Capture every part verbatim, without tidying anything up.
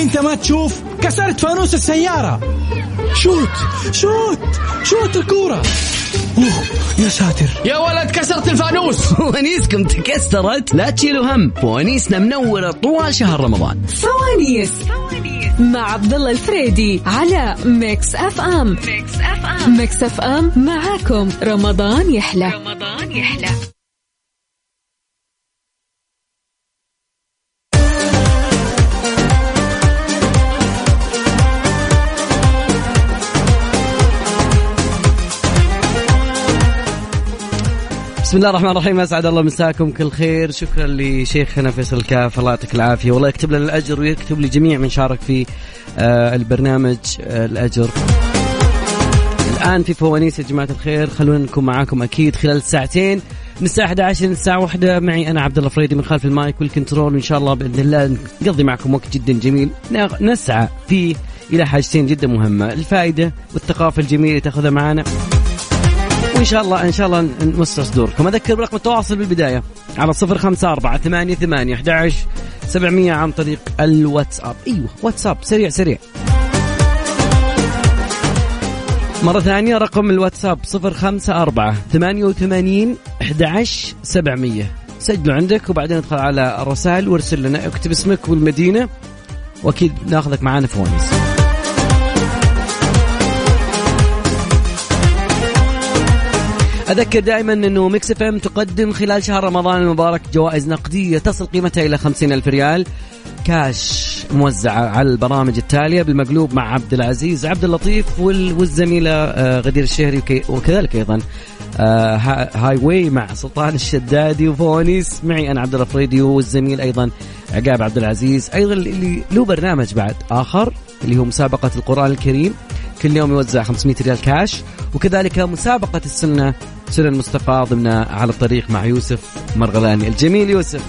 انت ما تشوف؟ كسرت فانوس السيارة. شوت شوت شوت الكورة. أوه يا ساتر يا ولد كسرت الفانوس. فوانيسكم تكسرت؟ لا تشيلوا هم، فوانيسنا منورة طوال شهر رمضان. فوانيس مع عبد الله الفريدي على ميكس اف ام. ميكس اف ام ميكس اف ام معاكم رمضان يحلى. رمضان يحلى. بسم الله الرحمن الرحيم. أسعد الله مساكم كل خير. شكرا لشيخنا فيصل الكاف، الله يعطيك العافية، والله يكتب لنا الأجر ويكتب لجميع من شارك في آه البرنامج آه الأجر. الآن في فوانيس يا جماعة الخير، خلونا نكون معاكم أكيد خلال ساعتين من الساعة إحدى عشر للساعة واحدة، معي أنا عبد الله فريدي من خلف المايك والكنترول، وإن شاء الله بإذن الله نقضي معكم وقت جدا جميل نسعى فيه إلى حاجتين جدا مهمة: الفائدة والثقافة الجميلة اللي تأخذها معنا، وإن شاء الله إن شاء الله نمسر صدوركم. أذكر برقم التواصل بالبداية على صفر خمسة أربعة ثمانية ثمانية أحد عشر سبعمية عن طريق الواتساب. أيوة واتساب سريع سريع. مرة ثانية رقم الواتساب صفر خمسة أربعة ثمانية وثمانين أحد عشر سبعمية. سجلوا عندك وبعدين ادخل على الرسائل وارسل لنا، اكتب اسمك والمدينة وأكيد ناخذك معانا فوانيس. أذكر دائما أنه ميكس اف ام تقدم خلال شهر رمضان المبارك جوائز نقدية تصل قيمتها إلى خمسين ألف ريال كاش موزعة على البرامج التالية: بالمقلوب مع عبد العزيز عبد اللطيف والزميلة غدير الشهري، وكذلك أيضا هاي واي مع سلطان الشدادي، وفوانيس معي أنا عبد الله فريدي والزميل أيضا عقاب عبد العزيز. أيضا اللي له برنامج بعد آخر اللي هو مسابقة القرآن الكريم، كل يوم يوزع خمسمية ريال كاش، وكذلك مسابقة السنة سنة المستقى ضمن على الطريق مع يوسف مرغلاني الجميل يوسف.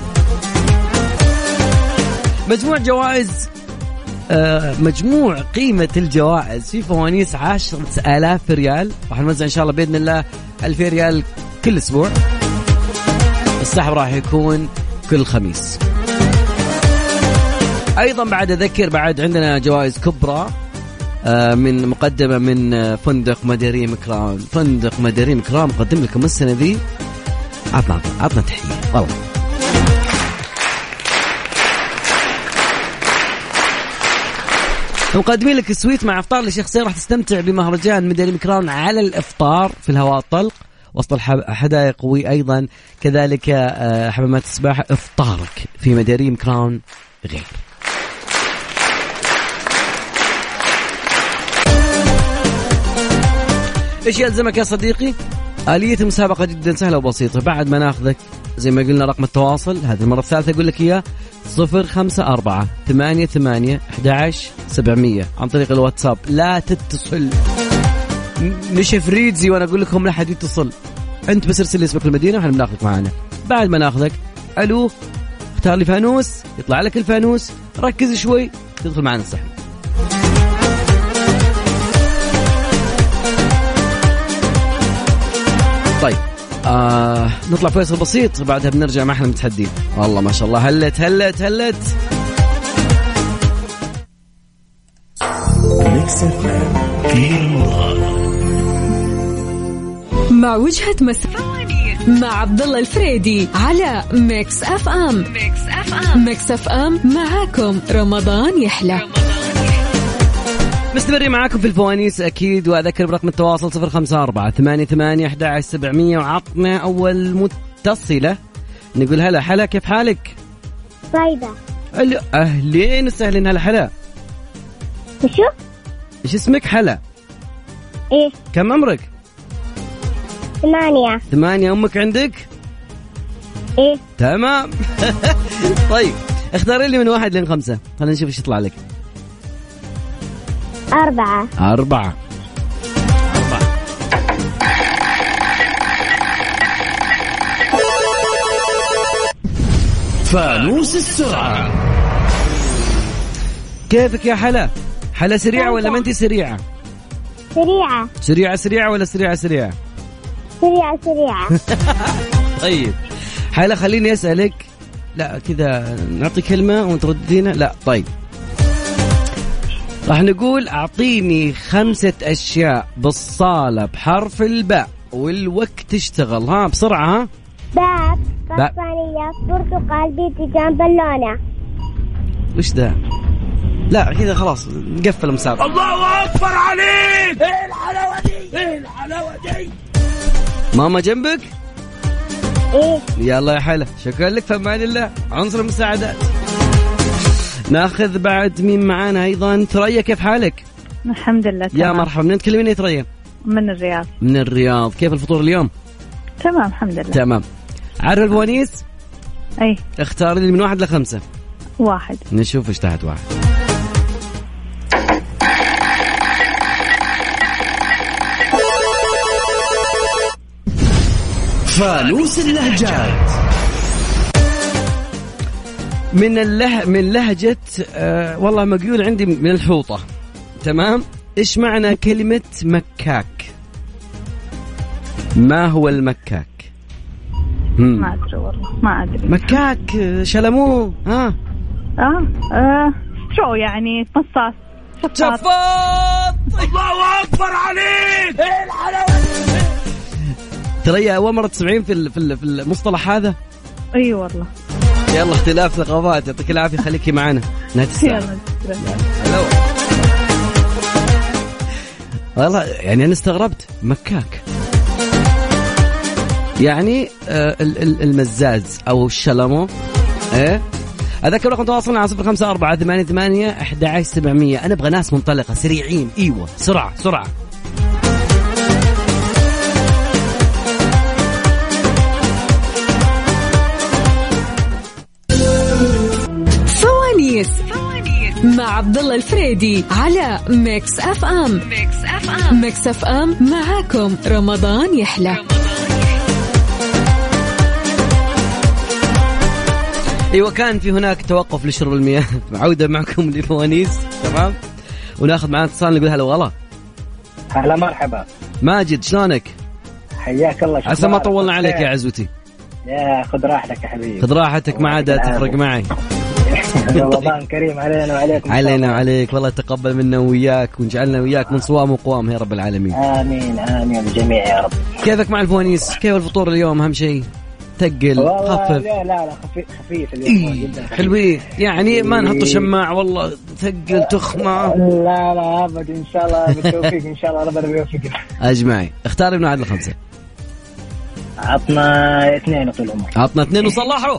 مجموع جوائز آه مجموع قيمة الجوائز في فوانيس عشرة آلاف ريال، راح نوزع إن شاء الله بإذن الله ألفين ريال كل أسبوع. السحب راح يكون كل خميس. أيضا بعد أذكر بعد عندنا جوائز كبرى من مقدمة من فندق مداريم كرام. فندق مداريم كرام مقدم لكم السنة ذي، عطنا عطنا تحية والله. مقدمين لك سويت مع افطار لشخصين، راح تستمتع بمهرجان مداريم كرام على الافطار في الهواء الطلق وسط الحدائق، وايضا كذلك حمامات السباحة. افطارك في مداريم كرام غير. إيش يلزمك يا صديقي؟ آلية المسابقة جدا سهلة وبسيطة. بعد ما ناخذك زي ما قلنا رقم التواصل، هذه المرة الثالثة أقول لك إياه، صفر خمسة أربعة ثمانية ثمانية أحد عشر سبعمية عن طريق الواتساب. لا تتصل مش فريدزي وأنا أقول لكم لا حد يتصل، أنت بس ارسل لي اسمك المدينة وحنا بناخذك معنا. بعد ما ناخذك ألو اختار لي فانوس، يطلع لك الفانوس، ركز شوي تدخل معنا السحب. طيب آه نطلع فيصل بسيط، بعدها بنرجع ما احنا متحدين. والله ما شاء الله هلت هلت هلت. مع وجهة مساء مع عبد الله الفريدي على ميكس اف ام. ميكس اف ام ميكس اف ام معاكم رمضان يحلى. مستمرين معاكم في الفوانيس أكيد، وأذكر برقم التواصل صفر خمسة أربعة ثمانية ثمانية أحد عشر سبعمية. وعطنا أول متصلة نقول هلا. حلا كيف حالك؟ فايدة. أهلين وسهلين. هلا حلا. شو؟ إيش اسمك حلا؟ إيه. كم عمرك؟ ثمانية. ثمانية. أمك عندك؟ إيه. تمام. طيب اختاري لي من واحد لين خمسة، خلينا نشوف إيش يطلع لك. أربعة. أربعة. أربعة. فانوس السرعة. كيفك يا حلا؟ حلا سريعة ولا ما أنت سريعة؟ سريعة. سريعة سريعة ولا سريعة سريعة؟ سريعة سريعة. طيب حلا خليني أسألك، لا كذا نعطي كلمة وتردينا. لا طيب راح نقول أعطيني خمسة أشياء بالصالة بحرف الباء والوقت تشتغل. ها بسرعة. ها باب، باب. بطانية، برتقال، بيتزان، بالونة. وش ده؟ لا كذا خلاص نقفل المسابقة. الله أكبر عليك. ايه الحلاوة دي، ايه الحلاوة دي. ماما جنبك؟ ايه. يلا يا حلا، شكرا لك، فمان الله. عنصر المساعدات. ناخذ بعد مين معانا أيضا؟ ثريا كيف حالك؟ الحمد لله تمام. يا مرحبا. من تكلمين يا ثريا؟ من الرياض. من الرياض. كيف الفطور اليوم؟ تمام الحمد لله. تمام. عارف الفوانيس؟ أي. اختار لي من واحد لخمسة. واحد. نشوف ايش تحت واحد. فانوس اللهجات. من اللح من لهجة آه والله مقيول عندي من الحوطة. تمام. إيش معنى كلمة مكاك؟ ما هو المكاك؟ مم. ما أدري والله ما أدري. مكاك شلموه. ها آه. آه شو يعني مصاص شفاط. شفاط. الله أكبر عليك. ايه الحلاوة. ترى يا أول مرة تسمعين في في في المصطلح هذا. أي والله. يلا اختلاف ثقافات. يعطيك العافية، خليكي معنا نهاية الساعة. يلا. والله يعني أنا استغربت. مكاك يعني آه المزاز أو الشلمو. إيه أذكر رقم تواصلنا على صفر خمسة أربعة ثمانية ثمانية أحد عشر سبعمية. أنا أبغى ناس منطلقة سريعين. إيوه سرعة سرعة. فوانيس مع عبد الله الفريدي على ميكس اف ام. ميكس اف ام ميكس اف ام معاكم رمضان يحلى. ايوه كان في هناك توقف لشرب المياه. عودة معكم لفوانيس. تمام. وناخذ معنا اتصال نقول هلا والله. هلا مرحبا. ماجد شلونك؟ حياك الله. عسى ما طولنا عليك يا عزوتي. يا خذ راحتك يا حبيبي. خذ راحتك ما عاد تفرق معي. رمضان كريم علينا وعليكم. علينا وعليك. والله تقبل منا وياك ونجعلنا وياك من صوام وقوام يا رب العالمين. آمين آمين الجميع يا رب. كيفك مع الفوانيس؟ كيف الفطور اليوم؟ أهم شيء تقل خفف. لا لا لا خفيف خفيف اليوم. إيه جدا حلوين يعني ما نحط شماع والله ثقل تخمة. لا لا أبد إن شاء الله بالتوفيق. إن شاء الله ربنا بيوفقنا. أجمعي. اختار من عدد الخمسة. عطنا اثنين طول العمر. عطنا اثنين وصلحوا.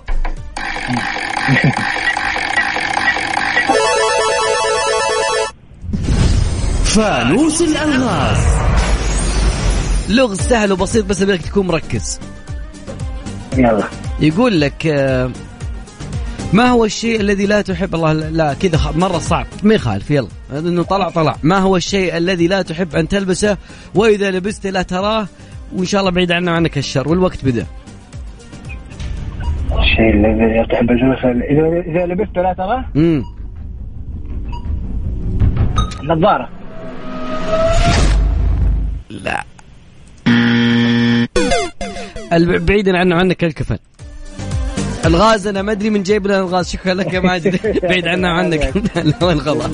فانوس الألغاز. لغز سهل وبسيط بس أبيك تكون مركز. يلا. يقول لك ما هو الشيء الذي لا تحب الله؟ لا كذا مرة صعب ما يخالف. يلا إنه طلع طلع. ما هو الشيء الذي لا تحب أن تلبسه وإذا لبسته لا تراه وإن شاء الله بعيد عنا عنك الشر؟ والوقت بدأ. الشيء الذي تحب الجلوس إذا إذا لبسته لا تراه. امم نظارة. لا بعيدا عنه عنك الكفن. الغاز أنا ما أدري من جايب لنا الغاز. شكرا لك يا ماجد. بعيد عنه عنك. لا وين غلط.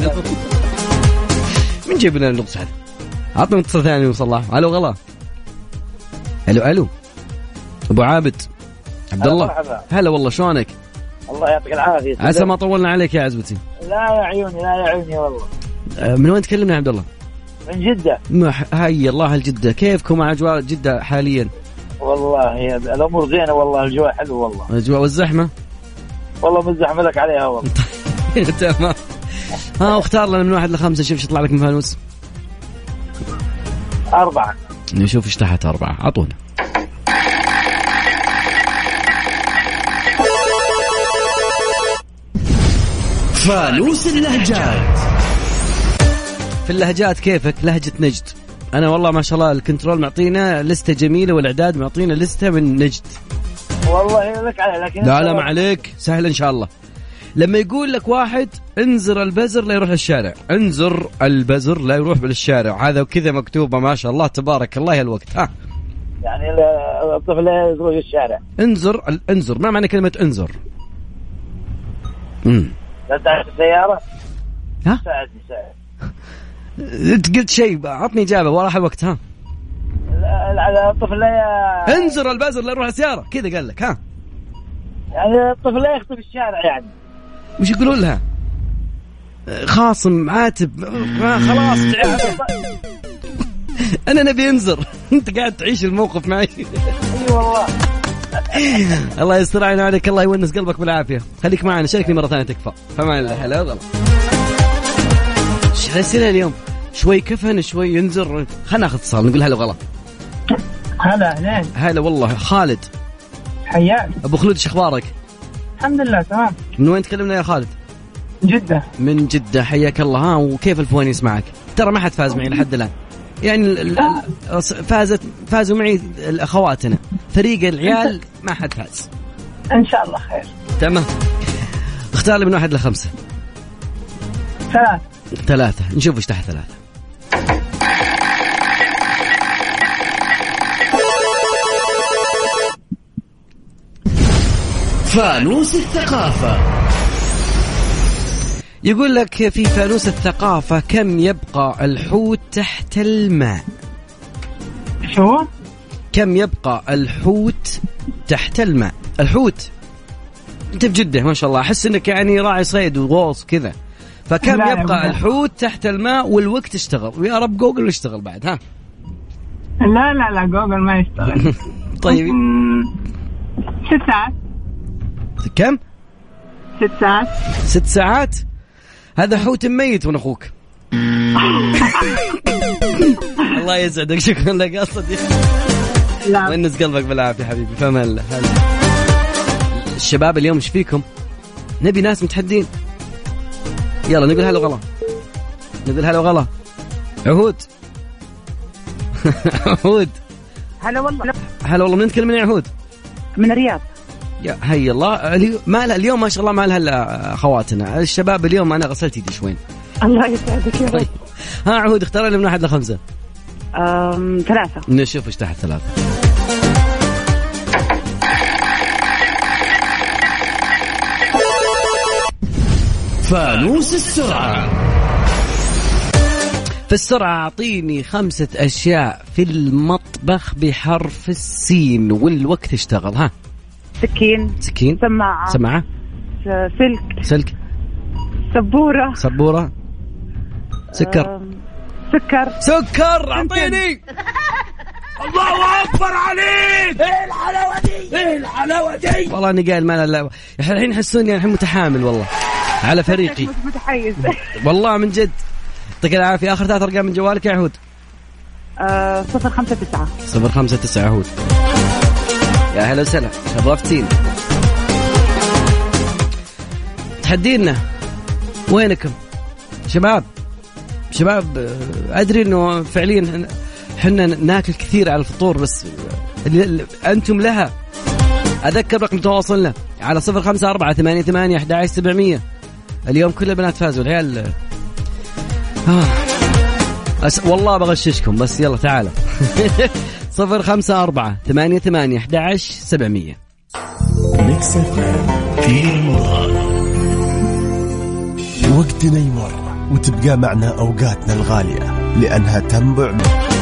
من جايب لنا اللغز هذا؟ عطنا اتصال ثاني وصلح. ألو غلا. ألو ألو أبو عابد عبد الله. هلا والله شلونك؟ الله يعطيك العافية. عسى ما طولنا عليك يا عزبتي. لا يا عيوني لا يا عيوني والله. من وين تكلمنا يا عبد الله؟ من جدة. هاي الله الجدة. كيفكم مع أجواء جدة حاليا؟ والله هي الأمور زينة والله. الجو حلو والله. الأجواء والزحمة والله مزحمة لك عليها والله. تمام. ها واختار لنا من واحد لخمسة. شوف يطلع لك من فانوس. أربعة. نشوف ايش تحت أربعة. عطونا. فانوس اللهجات. في اللهجات كيفك؟ لهجة نجد. أنا والله ما شاء الله الكنترول معطينا لستة جميلة والإعداد معطينا لستة من نجد. والله لك على لكن لا لا ما عليك سهل إن شاء الله. لما يقول لك واحد انزر البزر لا يروح للشارع. انزر البزر لا يروح بالشارع. هذا وكذا مكتوبة ما شاء الله تبارك الله. يا الوقت ها يعني الطفل لا يروح للشارع. انزر انزر ما معنى كلمة انزر؟ امم لا تعرف السيارة. ها ساعدني ساعد. انت قلت شيء، عطني اجابه وراح الوقت. ها الطفل لا انزر البازر لا يروح السياره كذا قال لك. ها يعني الطفل لا يخطب الشارع يعني. وش يقولون لها؟ خاصم عاتب خلاص انا نبي انزر. انت قاعد تعيش الموقف معي. اي والله. الله يستر علينا عليك، الله يونس قلبك بالعافيه. خليك معنا، شاركني مره ثانيه تكفى. فما الله. هلا غلط ايش الاسئله اليوم؟ شوي كفن شوي ينزر. خلنا ناخذ اتصال نقول هلا غلط. هلا اهلين. هلا والله. خالد حياك ابو خلود، ايش اخبارك؟ الحمد لله تمام. من وين تكلمنا يا خالد؟ جدة. من جدة، حياك الله. ها وكيف الفوانيس معك؟ ترى ما حد فاز معي لحد الآن يعني ال ال فازت فازوا معي الأخواتنا، فريق العيال ما حد فاز. إن شاء الله خير. تمام. اختار لي من واحد لخمسة. ثلاثة. ثلاثة. نشوف ايش تحت ثلاثة. فانوس الثقافة. يقول لك في فانوس الثقافة كم يبقى الحوت تحت الماء؟ شو؟ كم يبقى الحوت تحت الماء؟ الحوت انت بجدة ما شاء الله، احس انك يعني راعي صيد وغوص كذا، فكم يبقى الحوت تحت الماء والوقت اشتغل؟ ويا رب جوجل يشتغل بعد. ها لا لا لا جوجل ما يشتغل. طيب ست ساعات. كم؟ ست ساعات. ست ساعات؟ هذا حوت ميت من أخوك. الله يسعدك، شكرا لك يا صديقي. لا ونس قلبك بالعافية حبيبي. فما الله. الشباب اليوم ايش فيكم؟ نبي ناس متحدين. يلا نقول هلا وغلا. نقول هلا وغلا. عهود. عهود. هلا والله. هلا والله. من نتكلم من عهود؟ من الرياض. يا هيا الله. ما لا اليوم ما شاء الله ما لها اخواتنا الشباب. اليوم انا غسلت يدي شوين. الله يسعدك يا رب. ها عهود اختار لي من واحد لخمسة. أم... ثلاثة. نشوف ايش تحت ثلاثة. فانوس السرعة. في السرعة أعطيني خمسة أشياء في المطبخ بحرف السين والوقت اشتغل. ها سكين. سكين. سماعة. سماعة. سلك. سلك. سبورة. سبورة. سكر. أم... سكر. سكر. أعطيني. الله أكبر عليك. إيه الحلاوة دي؟ إيه الحلاوة دي؟ والله أنا قايل ما لا الحين حسوني الحين متحامل والله على فريقي. متحيز. والله من جد. يعطيك العافية. آخر ثلاث أرقام من جوالك يا عهود. أه... صفر خمسة تسعة. صفر خمسة تسعة. عهود يا هلا وسهلا. شرفتين. تحدينا وينكم شباب؟ شباب أدري أنه فعليا حنا ناكل كثير على الفطور، بس أنتم لها. أذكر رقم تواصلنا على صفر خمسة أربعة ثمانية ثمانية أحد عشر سبعمية. اليوم كل البنات فازوا العيال. آه. أس... والله بغششكم بس يلا تعالوا. صفر خمسة أربعة ثمانية ثمانية أحد عشر سبعمية. ميكس اف ام في رمضان. وقتنا يمر وتبقى معنا أوقاتنا الغالية لأنها تنبع.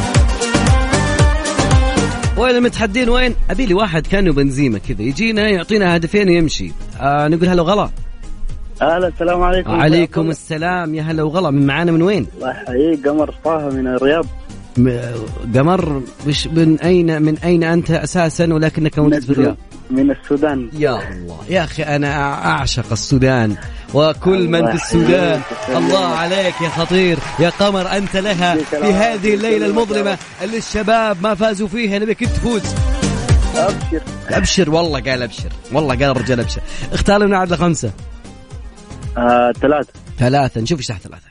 وين المتحدين؟ وين أبي لي واحد كانه بنزيمة كذا يجينا يعطينا هدفين ويمشي. آه نقول هلا وغلا. هلا السلام عليكم. عليكم السلام. يا هلا وغلا. من معانا من وين؟ الله يحييك. قمر طه من الرياض. قمر وش من أين من أين أنت أساسا ولكنك موجود في الرياض؟ من السودان. يا الله يا أخي أنا أعشق السودان وكل من في السودان. الله عليك يا خطير يا قمر. أنت لها في هذه الليلة المظلمة اللي الشباب ما فازوا فيها. نبيك تفوز. أبشر. أبشر. والله قال أبشر. والله قال الرجال أبشر. اختار لنا عدد خمسة. آه، ثلاثة. ثلاثة. نشوف إيش تحت ثلاثة.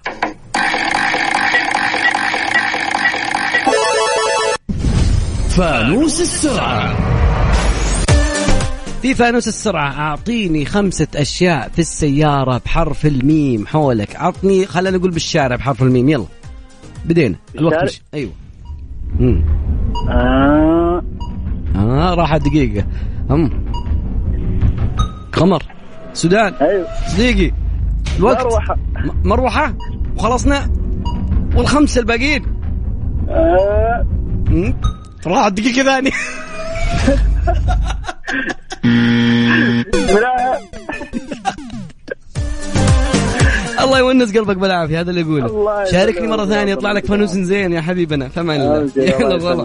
فانوس السرعة. في فانوس السرعة أعطيني خمسة أشياء في السيارة بحرف الميم حولك. أعطني خلينا نقول بالشارع بحرف الميم. يلا بدينا الوقت مش. أيوة. مم. آه. آه راحت دقيقة. هم قمر سودان. أيوة صديقي الوقت. مروحة. مروحة وخلصنا. والخمسة الباقيين آه. راح دقيقة ثانية. الله يونس قلبك بالعافية، هذا اللي يقوله. شاركني مرة ثانية يطلع لك فانوس زين يا حبيبنا. فمان الله. يلا والله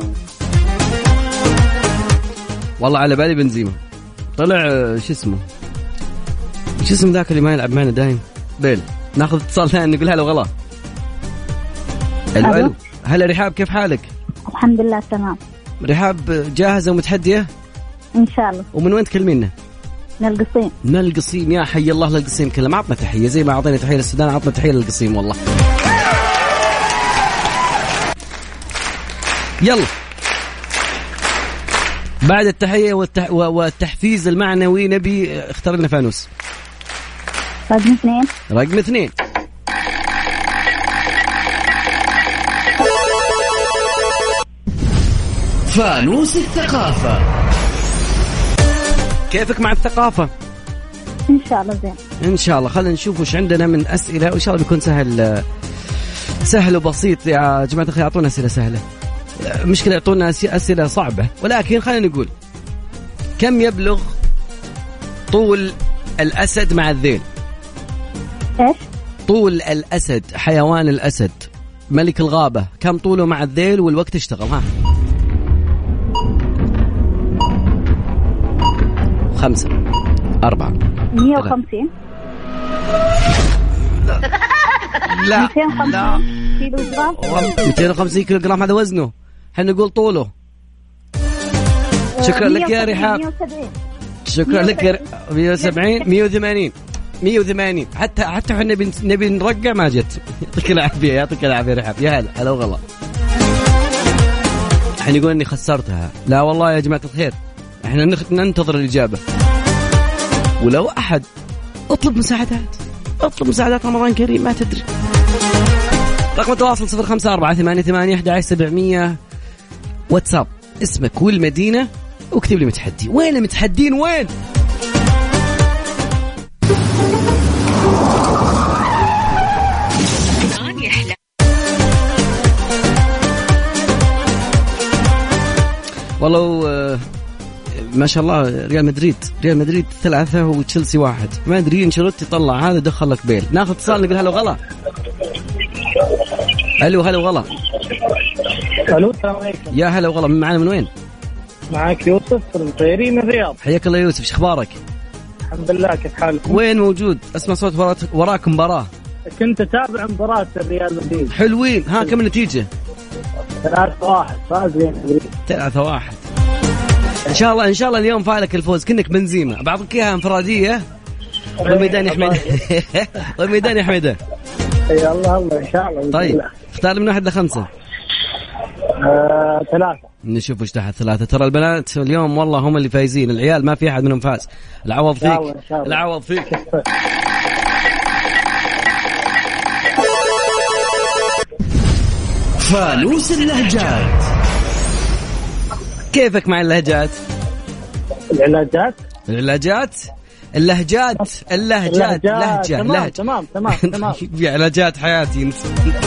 والله على بالي بنزيما طلع شو اسمه شو اسمه ذاك اللي ما يلعب معنا دايم بيل. ناخذ اتصال ثاني نقول هلا وغلا. الو هلا رحاب، كيف حالك؟ الحمد لله تمام. رحاب جاهزة ومتحدية؟ إن شاء الله. ومن وين تكلمينا؟ من القصيم. من القصيم، يا حي الله للقصيم كله. ما عطنا تحية زي ما أعطينا تحية للسودان، عطنا تحية للقصيم والله. يلا بعد التحية والتح... والتحفيز المعنوي نبي اختار لنا فانوس. رقم اثنين. رقم اثنين. فانوس الثقافة. كيفك مع الثقافة؟ إن شاء الله زين. إن شاء الله. خلينا نشوف وش عندنا من أسئلة، وإن شاء الله بيكون سهل سهل وبسيط. يا جماعة الخير أعطونا أسئلة سهلة، مشكلة يعطونا أسئلة صعبة. ولكن خلينا نقول كم يبلغ طول الأسد مع الذيل؟ إيش؟ طول الأسد، حيوان الأسد ملك الغابة، كم طوله مع الذيل والوقت اشتغل؟ ها خمسة أربعة مية وخمسين. لا لا كيلو جرام. مئتين وخمسين كيلو جرام هذا وزنه، حنا نقول طوله. شكرا لك يا رحاب. شكرا لك يا مية وسبعين مية وثمانين مية وثمانين. حتى حتى احنا نبي نرجع ما جت. يعطيك العافية يعطيك العافية رحاب. يا هلا هلا وغلا. احنا نقول اني خسرتها. لا والله يا جماعة الخير، احنا ننتظر الإجابة. ولو أحد اطلب مساعدات، اطلب مساعدات، رمضان كريم ما تدري. رقم التواصل صفر خمسة أربعة ثمانية ثمانية أحد عشر سبعمية. واتساب اسمك والمدينة واكتب لي متحدي. وين المتحدين وين؟ والله ما شاء الله ريال مدريد ريال مدريد ثلاثة وتشيلسي واحد. ما أدري انشيلوتي طلع هذا دخل لك بيل. ناخذ اتصال نقول هلا وغلا. الو هلا وغلا. الو السلام عليكم. يا هلا وغلا. من معنا من وين؟ معك يوسف المطيري من الرياض. حياك الله يوسف، ايش اخبارك؟ الحمد لله، كيف حالكم؟ وين موجود؟ اسمع صوت وراك مباراة. كنت اتابع مباراة الريال مدريد. حلوين. ها كم النتيجة؟ ثلاثة واحد فاز ريال مدريد. ثلاثة واحد. ان شاء الله ان شاء الله اليوم فالك الفوز. كنك بنزيمة. بعطيك اياها انفرادية والميدان يحمد. والميدان يحمده. يا الله الله ان شاء الله. طيب اختار من واحد لخمسة. آه، ثلاثة. نشوف وش تحت ثلاثة. ترى البنات اليوم والله هم اللي فايزين، العيال ما في أحد منهم فاز. العوض فيك العوض فيك. فانوس اللهجات. كيفك مع اللهجات؟ العلاجات العلاجات اللهجات اللهجات لهجة تمام لهجة. تمام تمام تمام. في علاجات حياتي انت.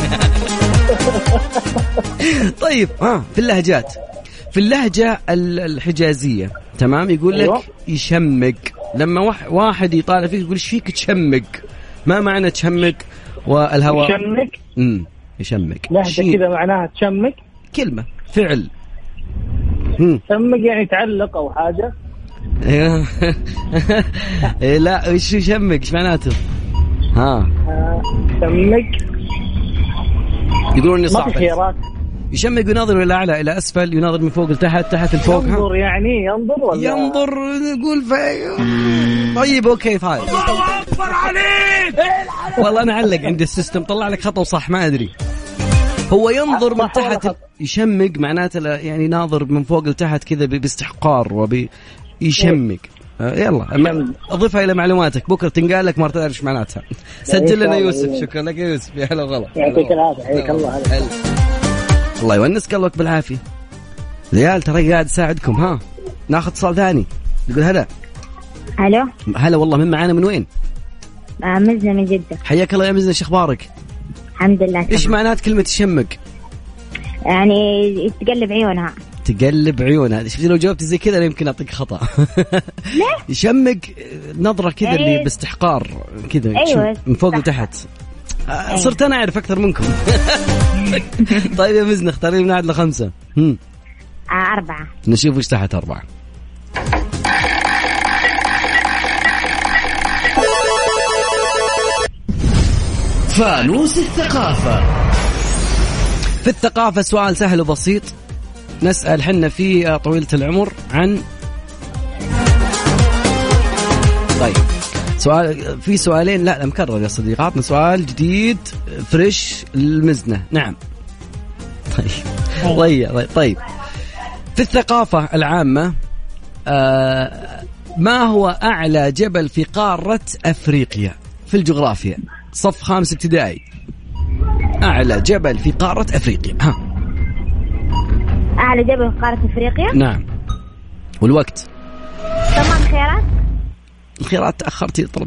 طيب ها في اللهجات، في اللهجة الحجازية تمام يقول لك يشمق. لما واحد يطالع فيك يقول ايش فيك تشمق؟ ما معنى تشمق؟ والهواء يشمق. امم يشمق لهجة كذا معناها تشمق، كلمة فعل. تشمق يعني تعلق او حاجة. لا ايش يشمق؟ ايش معناته؟ ها يشمق يقولون اني صعب. خيارات. يشمق يناظر الى اعلى الى اسفل، يناظر من فوق لتحت، تحت لفوق. ينظر يعني ينظر ولا ينظر نقول في. طيب اوكي فايز. الله اكبر عليك. والله انا علق عندي السيستم طلع لك خطأ وصح ما ادري. هو ينظر من تحت. يشمق معناته يعني ناظر من فوق لتحت كذا باستحقار وبي يشمق. يلا اضيفها الى معلوماتك بكره تنقال لك ما تعرف معناتها. سجل لنا يوسف. شكرا لك يا يوسف. يا هلا وغلا. يعطيك العافيه. حياك الله. هلا الله يونسك قلبك بالعافيه. ريال ترى قاعد اساعدكم. ها ناخذ اتصال ثاني نقول هلا. الو هلا والله. من معانا من وين؟ مزنة من جدة. حياك الله يا مزنة، ايش اخبارك؟ الحمد لله. إيش معنات كلمة تشمق؟ يعني تقلب عيونها. تقلب عيونها. شفتي لو جاوبتي زي كذا يمكن أعطيك خطأ. ليه؟ يشمق نظرة كذا أيه. اللي باستحقار كذا. أيوة. من فوق وتحت. أيه. صرت أنا أعرف أكثر منكم. طيب يا مزنة اختاري من واحد لخمسة. هم. أربعة. نشوف وش تحت أربعة. فانوس الثقافة. في الثقافة سؤال سهل وبسيط نسأل حنا في طويلة العمر عن طيب سؤال في سؤالين لا مكرر يا صديق. عطنا سؤال جديد فريش المزنة. نعم طيب طيب طيب في الثقافة العامة آه ما هو أعلى جبل في قارة أفريقيا في الجغرافيا صف خامس ابتدائي؟ أعلى جبل في قارة أفريقيا. ها أعلى جبل في قارة أفريقيا. نعم والوقت. طبعا خيارات. الخيارات تأخرتي طلبت.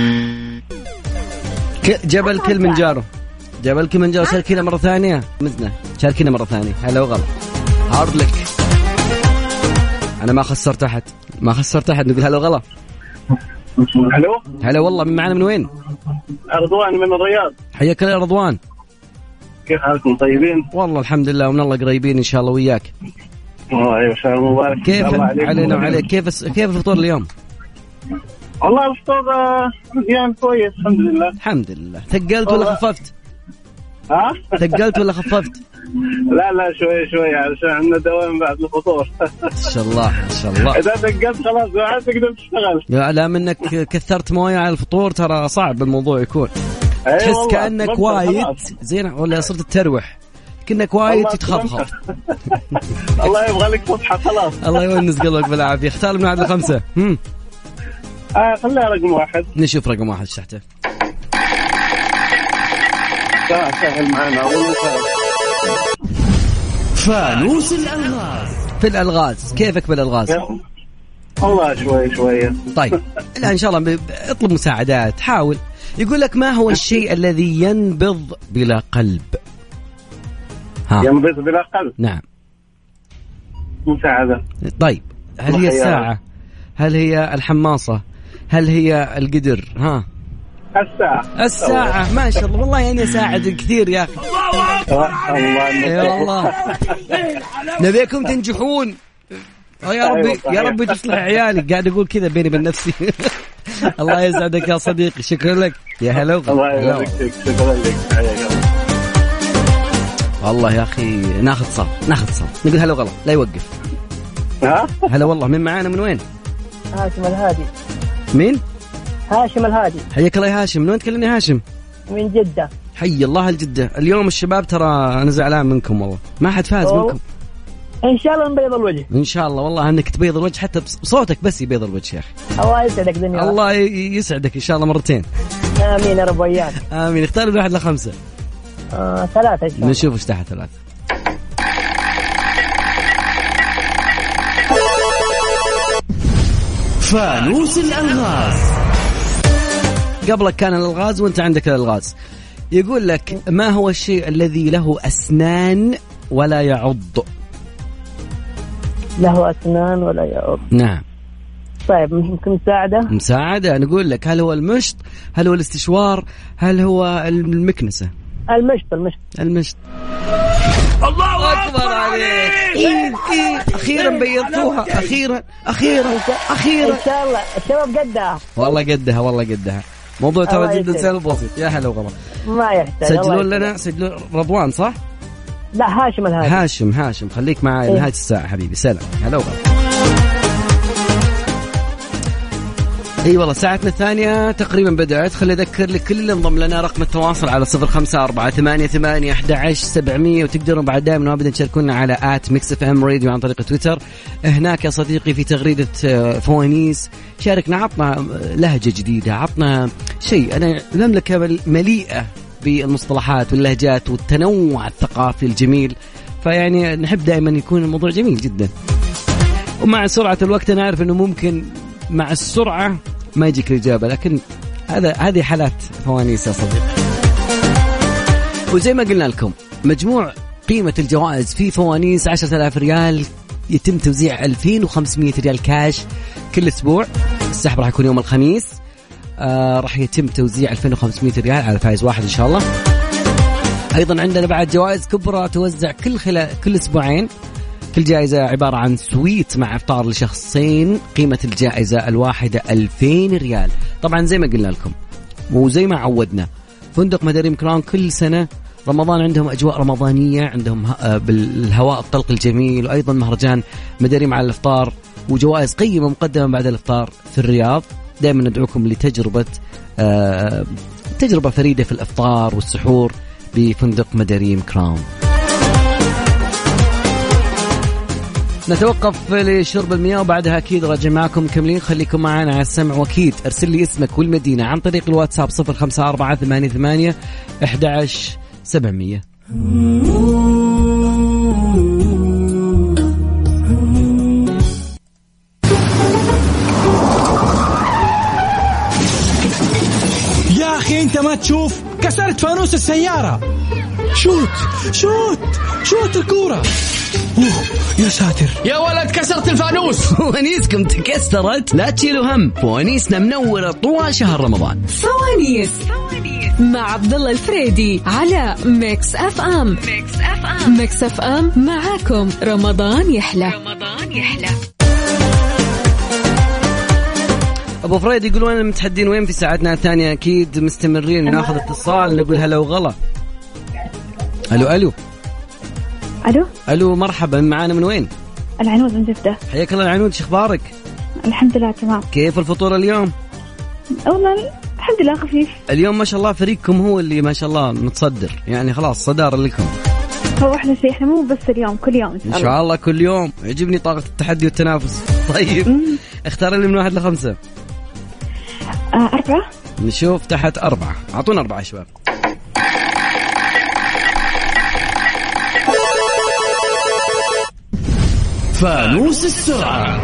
جبل كلمنجارو. جبل كلمنجارو. شاركينا مرة ثانية مزنة. شاركينا مرة ثانية. هلا وغلط. هارد لك. أنا ما خسرت أحد ما خسرت أحد. نقول هلا وغلط. هلو. هلا والله. من معنا من وين؟ رضوان من الرياض. حياك الله يا رضوان. كيف حالكم؟ طيبين؟ والله الحمد لله ومن الله قريبين إن شاء الله وياك. الله ما شاء الله مبارك. كيف علينا وعليك؟ كيف كيف الفطور اليوم؟ والله الفطور يعني كويس الحمد لله. الحمد لله. ثقلت ولا خففت؟ ها؟ ثقلت ولا خففت؟ لا لا شوي شوي علشان عندنا دوام بعد الفطور. ما شاء الله ما شاء الله. إذا ثقلت خلاص ما عاد تقدر تشتغل. لا لا منك كثرت مويه على الفطور ترى صعب الموضوع يكون. أيه تحس كأنك وايد زين ولا صرت تروح كأنك وايد تتخبخب. الله يبغى لك صفحة خلاص. الله يونس قلبك بالعافية. اختار من واحد لخمسة. هم. آه خليها رقم واحد. نشوف رقم واحد تحته. سهل معنا أول فانوس الألغاز. في الألغاز كيفك بالألغاز؟ والله شوي شوي. طيب لا إن شاء الله اطلب مساعدات حاول. يقول لك ما هو الشيء الذي ينبض بلا قلب؟ ها. ينبض بلا قلب. نعم. مساعدة. طيب هل هي الساعة؟ هل هي الحماصة؟ هل هي القدر؟ ها الساعة. الساعة. ما شاء الله والله يعني أساعد كثير يا أخي. الله يا الله. نبيكم تنجحون يا ربي يا ربي تصلح عيالي. قاعد أقول كذا بيني من نفسي. الله يسعدك يا صديقي. شكرا لك يا هلا. الله يبارك فيك. شكرا لك. والله يا أخي ناخذ صف ناخذ صف نقول هلا وغلط لا يوقف. ها هلا والله. من معانا من وين؟ هاشم الهادي. مين؟ هاشم الهادي. حياك الله يا هاشم. من وين تكلمني هاشم؟ من جدة. حي الله الجدة. اليوم الشباب ترى أنا زعلان منكم والله ما حد فاز أوه. منكم. إن شاء الله نبيض الوجه. إن شاء الله والله أنك تبيض الوجه حتى بصوتك بس يبيض الوجه يا أخي. الله يسعدك دنيا. الله يسعدك إن شاء الله مرتين. آمين يا رب وياك. آمين. اختار من واحد لخمسة. آه، ثلاثة. نشوف إيش تحت ثلاثة. فانوس الألغاز. قبلك كان الألغاز وانت عندك الألغاز. يقول لك ما هو الشيء الذي له أسنان ولا يعض؟ له أسنان ولا يعض. نعم. طيب ممكن مساعدة؟ مساعدة. نقول لك هل هو المشط؟ هل هو الاستشوار؟ هل هو المكنسة؟ المشط. المشط. المشط. الله أكبر عليك. إيه إيه أخيرا بيضتوها. أخيرا أخيرا أخيرا. إن شاء الله الشباب قدها. والله قدها والله قدها. موضوع ترى جدا سهل بسيط. يا هلا وغلا. ما يحتاج. سجلون لنا سجلون. رضوان صح؟ لا هاشم الهادي. هاشم هاشم خليك معي لنهاية الساعة حبيبي. سلام. هلا وغلا. اي والله ساعتنا الثانية تقريبا بدأت. خلي اذكر لك كل اللي انضم لنا رقم التواصل على صفر خمسة أربعة ثمانية ثمانية أحد عشر سبعمية. وتقدروا بعد دائما وابدا تشاركونا على آت ميكس اف ام راديو عن طريق تويتر. هناك يا صديقي في تغريدة فوانيس شاركنا. عطنا لهجة جديدة. عطنا شيء. أنا المملكة مليئة بالمصطلحات واللهجات والتنوع الثقافي الجميل. فيعني نحب دائما يكون الموضوع جميل جدا. ومع سرعة الوقت أنا أعرف أنه ممكن مع السرعة ما يجيك الإجابة لكن هذا هذه حالات فوانيس يا صديقي. وزي ما قلنا لكم مجموع قيمة الجوائز في فوانيس عشرة آلاف ريال، يتم توزيع ألفين وخمسمية ريال كاش كل أسبوع. السحب راح يكون يوم الخميس، آه راح يتم توزيع ألفين وخمسمية ريال على فائز واحد إن شاء الله. أيضا عندنا بعد جوائز كبرى توزع كل خلال كل أسبوعين. كل جائزة عبارة عن سويت مع إفطار لشخصين، قيمة الجائزة الواحدة ألفين ريال. طبعا زي ما قلنا لكم وزي ما عودنا، فندق مداريم كراون كل سنة رمضان عندهم أجواء رمضانية، عندهم بالهواء الطلق الجميل، وأيضا مهرجان مداريم على الإفطار وجوائز قيمة مقدمة بعد الإفطار في الرياض. دائما ندعوكم لتجربة آه تجربة فريدة في الإفطار والسحور بفندق مداريم كراون. نتوقف لشرب المياه وبعدها أكيد راجع معكم كملين. خليكم معنا على السمع، وأكيد أرسل لي اسمك والمدينة عن طريق الواتساب صفر خمسة أربعة ثمانية ثمانية أحد عشر سبعمية. يا أخي أنت ما تشوف كسرت فانوس السيارة. شوت شوت شوت الكورة. أوه يا ساتر يا ولد كسرت الفانوس. فوانيسكم تكسرت؟ لا تشيلوا هم، فوانيسنا منورة طوال شهر رمضان. فوانيس مع عبد الله الفريدي على ميكس اف ام. ميكس اف ام ميكس اف ام معاكم رمضان يحلى. رمضان يحلى. أبو فريد يقولون أنا متحدين وين في ساعتنا الثانية، أكيد مستمرين ناخذ اتصال نقول هلا وغلا. ألو ألو ألو ألو مرحبا، معانا من وين؟ العنود من جدة. حياك الله العنود، شو أخبارك؟ الحمد لله تمام. كيف الفطور اليوم؟ والله الحمد لله خفيف. اليوم ما شاء الله فريقكم هو اللي ما شاء الله متصدر، يعني خلاص صدارة لكم. هو احنا شيء، احنا مو بس اليوم، كل يوم إن شاء الله. إن شاء الله كل يوم. يعجبني طاقة التحدي والتنافس. طيب مم. اختار لي من واحد لخمسة. آه أربعة. نشوف تحت أربعة، أعطونا أربعة شباب. فانوس السرعة.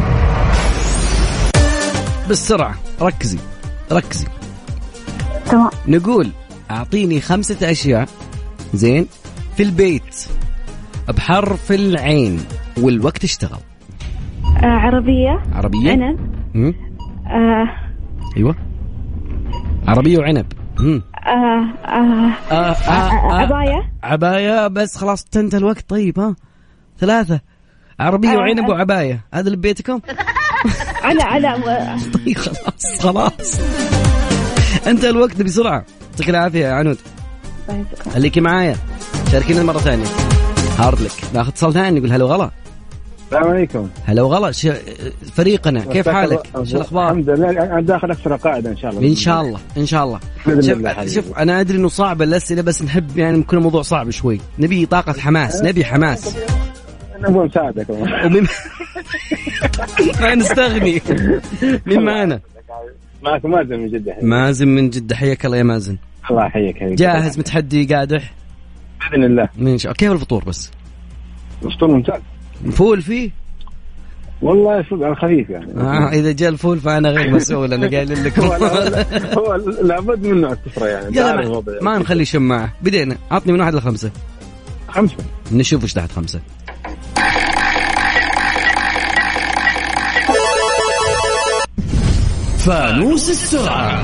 بالسرعة، ركزي ركزي. تمام. نقول أعطيني خمسة أشياء زين في البيت بحرف العين والوقت اشتغل. آه عربية. عربية. عنب. آه. أيوة عربية وعنب. مم. آه آه آه آه آه عباية. عباية بس خلاص تنتهي الوقت. طيب ها ثلاثة، عربية آه وعنب آه. وعباية، هذا اللي ببيتكم؟ على على طيب خلاص خلاص انت الوقت بسرعة. يعطيك العافية يا عنود، خليكي معايا شاركينا مرة ثانية. هارد لك. ناخذ اتصال ثاني نقول هلا وغلا. السلام عليكم. هلا وغلا. ش... فريقنا كيف حالك؟ شو الأخبار؟ الحمد لله، أنا داخل أكثر قاعدة إن شاء الله. إن شاء الله إن شاء الله. شوف, شوف أنا أدري إنه صعب الأسئلة، بس نحب يعني يكون الموضوع صعب شوي، نبي طاقة حماس، نبي حماس. نبغى مساعدة كمان. ومن ما نستغني. مين معنا؟ معك مازن من جدة. مازن من جدة، حياك الله يا مازن. الله يحييك. جاهز متحدي قادح؟ بإذن الله. من شاء. كيف الفطور بس؟ الفطور ممتاز. فول فيه؟ والله فول على خفيف يعني. آه إذا جاء الفول فأنا غير مسؤول، أنا قايل لكم. هو, هو لابد منه الكفرة يعني. ما, ما نخلي شماعة. بدينا. عطني من واحد لخمسة. خمسة. نشوف وش تحت خمسة. فانوس السرعة.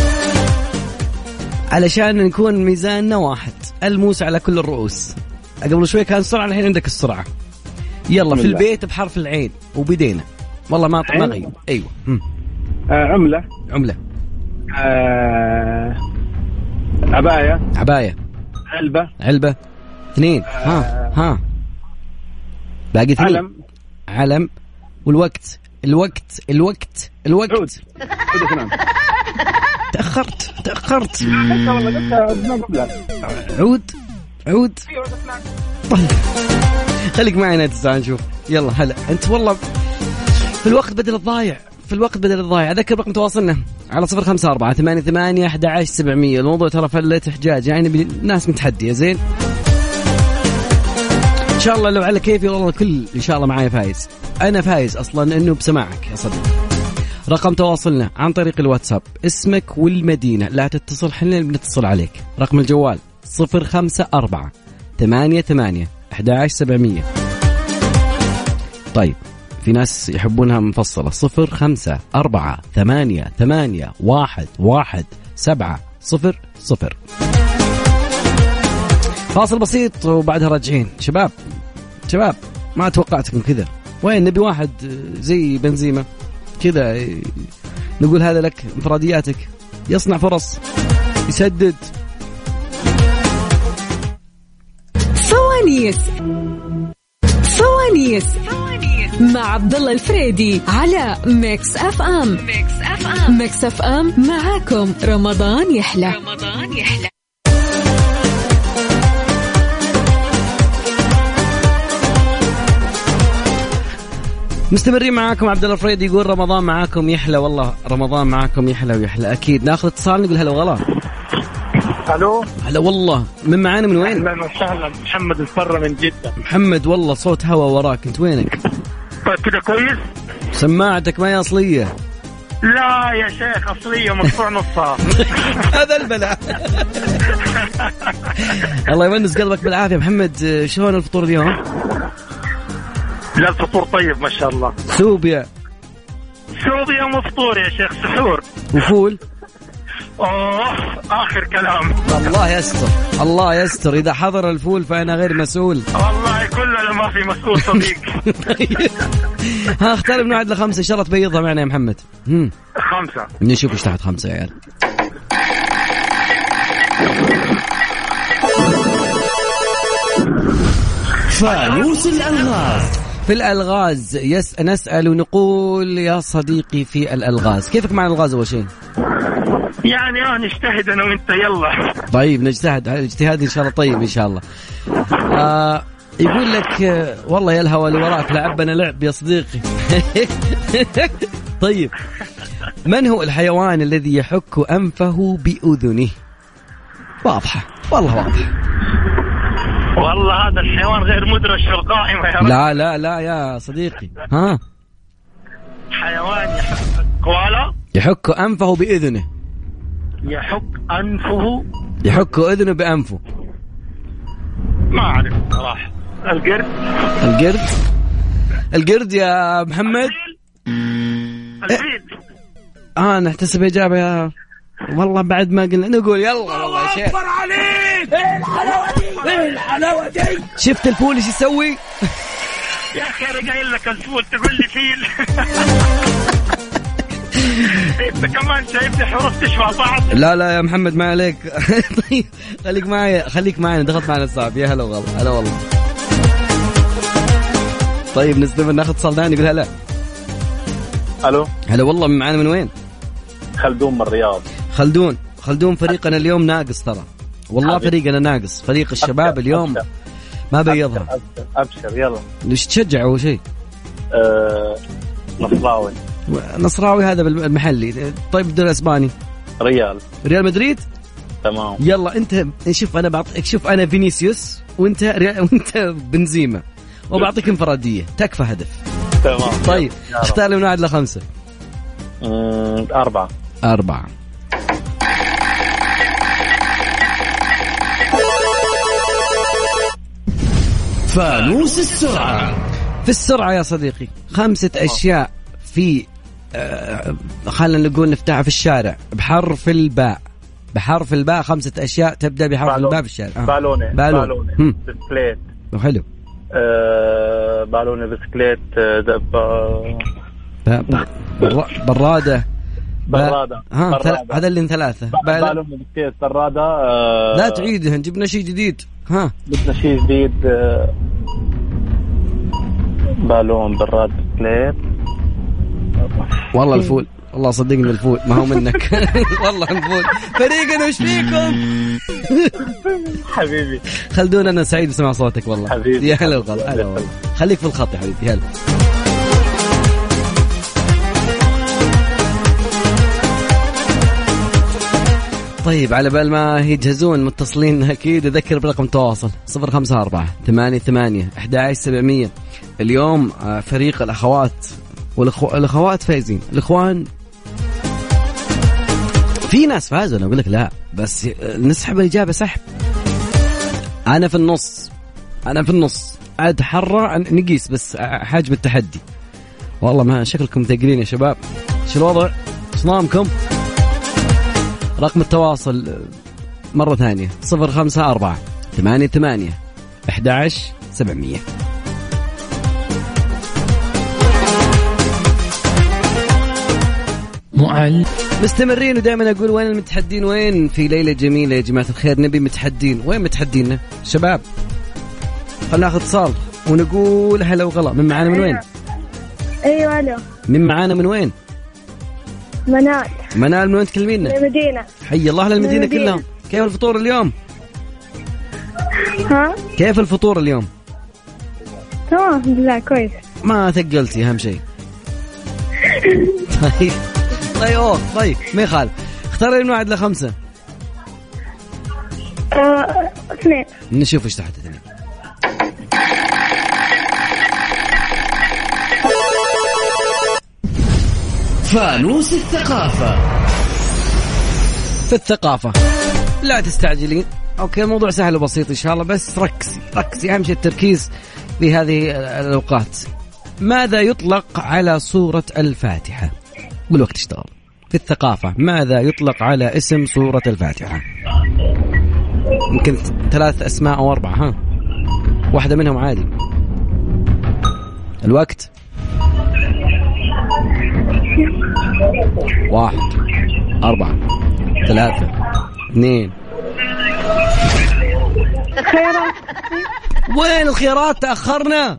علشان نكون ميزاننا واحد، الموس على كل الرؤوس. قبل شوي كان السرعة، الحين عندك السرعة. يلا في البيت بحرف العين وبدينا. والله ما ما غيب. أيوة. آه عملة. عملة. آه عباية. عباية. علبة. علبة. اثنين. آه ها ها باقي اثنين. علم. علم. والوقت الوقت الوقت الوقت عود. تأخرت تأخرت. عود. عود عود. طيب خليك معنا تسعة نشوف. يلا هلا أنت والله في الوقت بدل الضايع، في الوقت بدل الضايع. أذكر رقم تواصلنا على صفر خمسة أربعة ثمانية ثمانية أحد عشر سبعمية. الموضوع ترى فلة إحجاج، يعني الناس متحدية. زين إن شاء الله لو على كيفي والله كل إن شاء الله معايا فايز. أنا فايز أصلا إنه بسماعك يا صديق. رقم تواصلنا عن طريق الواتساب اسمك والمدينة، لا تتصل حنا بنتصل عليك. رقم الجوال صفر خمسة أربعة ثمانية ثمانية أحد عشر سبعمية. طيب في ناس يحبونها مفصلة، صفر خمسة أربعة ثمانية ثمانية واحد واحد سبعة صفر صفر. فاصل بسيط وبعدها راجعين. شباب شباب ما توقعتكم كذا، وين نبي واحد زي بنزيما كذا نقول هذا لك انفرادياتك، يصنع فرص، يسدد. فوانيس فوانيس مع عبد الله الفريدي على ميكس اف ام. ميكس اف ام ميكس اف ام معاكم رمضان يحلى. رمضان يحلى. مستمرين معاكم. عبد الله الفريدي يقول رمضان معاكم يحلى. والله رمضان معاكم يحلى ويحلى اكيد. ناخذ اتصال نقول هلا وغلا. الو هلا والله. من معانا من وين؟ اهلا وسهلا. محمد الفرة من جدة. محمد والله صوت هوا وراك، انت وينك؟ طيب كده كويس؟ سماعتك ما هي اصليه. لا يا شيخ اصليه مقطوع نصها. هذا البلاء. الله يونس قلبك بالعافيه. محمد شلون الفطور اليوم؟ لا الفطور طيب ما شاء الله. سوبيا سوبيا مفطور يا شيخ، سحور وفول. اوه اخر كلام. الله يستر الله يستر، اذا حضر الفول فانا غير مسؤول. والله كلنا ما في مسؤول صديق. ها اختار من واحد لخمسة ان شاء الله تبيضها معنا يا محمد. هم. خمسة. نشوف ايش تحت خمسة يا عيال. فانوس الألغاز. في الألغاز يس نسأل ونقول يا صديقي في الألغاز، كيفك مع الألغاز أول شيء؟ يعني اه نجتهد انا وانت يلا. طيب نجتهد، الاجتهاد ان شاء الله طيب ان شاء الله. آه يقول لك آه والله يا الهوى اللي وراك لعبنا لعب يا صديقي. طيب من هو الحيوان الذي يحك أنفه بأذنه؟ واضحة والله واضحة. والله هذا الحيوان غير مدرج في القائمة يا رب. لا لا لا يا صديقي. ها حيوان يحك كوالا يحك أنفه بأذنه. يحك أنفه يحك أذنه بأنفه. ما أعرف صراحة. القرد. القرد القرد يا محمد. الفيل. اه نحتسب إجابة يا والله بعد ما قلنا نقول يلا والله يا شيخ. أكبر عليك. إيه الحلاوة دي إيه الحلاوة دي. شفت الفول ايش يسوي؟ يا أخي أنا قايل لك الفول تقول لي فيل. انت كمان شايفني حروف تشبه بعض. لا لا يا محمد ما عليك. طيب خليك معي خليك معي ضغط معنا الصعب. يا هلا والله هلا والله. طيب نستمر ناخذ اتصال ثاني. يقول هلا. الو هلا والله. معنا من وين؟ خلدون من الرياض. خلدون خلدون فريقنا اليوم ناقص ترى والله. فريقنا ناقص. فريق الشباب اليوم ما بيضها. أبشر, أبشر يلا. ليش تشجع أول شيء؟ أه... نصراوي. نصراوي هذا بالمحلي. طيب الدوري الاسباني؟ ريال. ريال مدريد. تمام. يلا انت شوف انا بعطيك. شوف انا فينيسيوس وانت ريال وانت بنزيما وبعطيك انفراديه تكفى هدف. تمام. طيب اختار لي من واحد لخمسة. امم أربعة. أربعة. فانوس السرعة. في السرعة يا صديقي خمسة أشياء في آه خلينا نقول نفتحها في الشارع بحرف الباء. بحرف الباء خمسة أشياء تبدأ بحرف بالون. الباء في الشارع. آه. بالونة. بالون. بالونة. بسكليت. حلو. أه... بالونة بسكليت. دب. برادة. برادة. ها برادة. هذا اللي ثلاثة. بالونة بسكليت برادة. أه... لا تعيدها جبنا شيء جديد. ها جبنا شيء جديد. أه... بالون براد بسكليت. والله الفول والله صدقني الفول ما هو منك. والله الفول. فريقنا وش فيكم؟ حبيبي خلدون انا سعيد بسمع صوتك والله حبيبي. يا هلا والله. هلا والله. خليك في الخط يا حبيبي. هلا. طيب على بال ما يجهزون متصلين أكيد أذكر برقم تواصل صفر خمسة أربعة ثمانية ثمانية أحد عشر سبعمية. اليوم فريق الأخوات والأخوات فايزين. الإخوان في ناس فازوا أنا أقول لك لا بس نسحب الإجابة سحب. أنا في النص أنا في النص أتحرى نقيس بس حجم التحدي. والله ما شكلكم ثقيلين يا شباب. شو الوضع؟ صنامكم؟ رقم التواصل مرة ثانية صفر خمسة أربعة ثمانية ثمانية أحد عشر سبعمية. معل مستمرين ودائما أقول وين المتحدين؟ وين في ليلة جميلة يا جماعة الخير نبي متحدين. وين متحديننا شباب؟ خلنا ناخذ اتصال ونقول هلا وغلا. من معانا من وين؟ ايوه الو. من معانا من وين؟ منال. منال من وين تكلمينا؟ المدينة. حي الله للمدينة كلهم. كيف الفطور اليوم؟ ها؟ كيف الفطور اليوم؟ تمام الحمد لله كويس. ما ثقلتي أهم شيء. طيب طيب أوه طيب ما يخالف. اختاري من واحد لخمسة. آه، اثنين. نشوف ايش تحت اثنين. فانوس الثقافة. في الثقافة لا تستعجلين. اوكي الموضوع سهل وبسيط ان شاء الله بس ركزي ركزي اهم شيء التركيز في هذه الاوقات. ماذا يطلق على سورة الفاتحة؟ بالوقت اشتغل. في الثقافة ماذا يطلق على اسم سورة الفاتحة؟ يمكن ثلاث اسماء او اربعة ها واحدة منهم عادي. الوقت واحد أربعة ثلاثة اثنين. الخيارات. وين الخيارات؟ تأخرنا.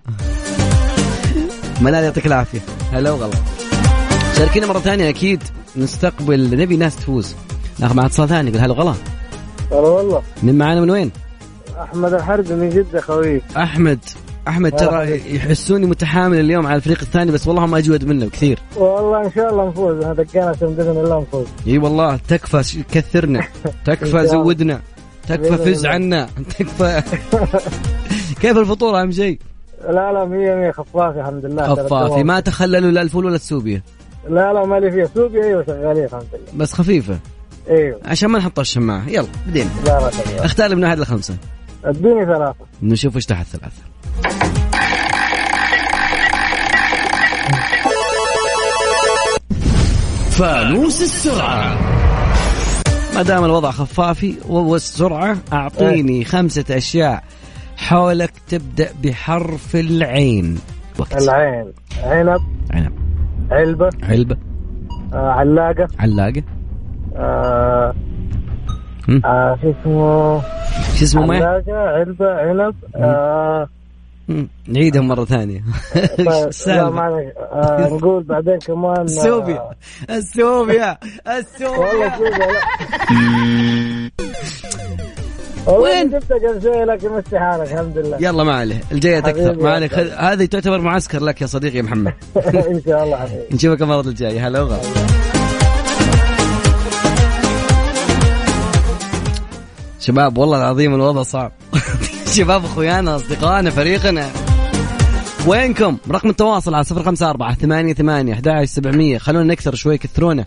منال يعطيك العافية. هلا وغلا. شاركينا مرة ثانية أكيد نستقبل نبي ناس تفوز. ناخذ معك اتصال ثاني. هلا وغلا. هلا والله. من معانا من وين؟ أحمد الحرب من جدة خوي. أحمد أحمد ترى يحسوني متحامل اليوم على الفريق الثاني بس والله ما أجود منه كثير. والله إن شاء الله نفوز. هذا كان بإذن الله نفوز. إي والله تكفى كثرنا تكفى زودنا تكفى فز عنا تكفى. كيف الفطور أهم شيء؟ لا لا مية مية خفافي الحمد لله. خفافي ما تخللوا لا الفول ولا السوبيا. لا لا مالي فيها سوبيا. أيوة شغالين الحمد لله بس خفيفة. أيوة عشان ما نحط الشماعة. يلا بدينا. لا لا لا. اختار من واحد لخمسة. اديني ثلاثة. نشوف ايش تحت ثلاثة. فانوس السرعة. ما دام الوضع خفافي والسرعة أعطيني خمسة أشياء حولك تبدأ بحرف العين. وقت. العين. عنب. عنب. علبة. علبة. آه علاقة. علاقة. آه آه شو اسمه شو اسمه ما علاقة علبة عنب. آه نعيدهم مرة ثانية. لا ما آه نقول بعدين كمان السوبيا. السوبيا. السوبيا. وين جبتك قبل شوي لكن مستحي حالك الحمد لله. يلا ما عليه الجاية أكثر ما عليك. هذه تعتبر معسكر لك يا صديقي يا محمد. إن شاء الله حبيبي. نشوفك المرة الجاية. هلا وغلا. شباب والله العظيم الوضع صعب. شباب أخويانا أصدقائنا فريقنا وينكم؟ رقم التواصل على صفر خمسة أربعة ثمانية ثمانية أحد عشر سبعمية. خلونا نكثر شوي كثرونا.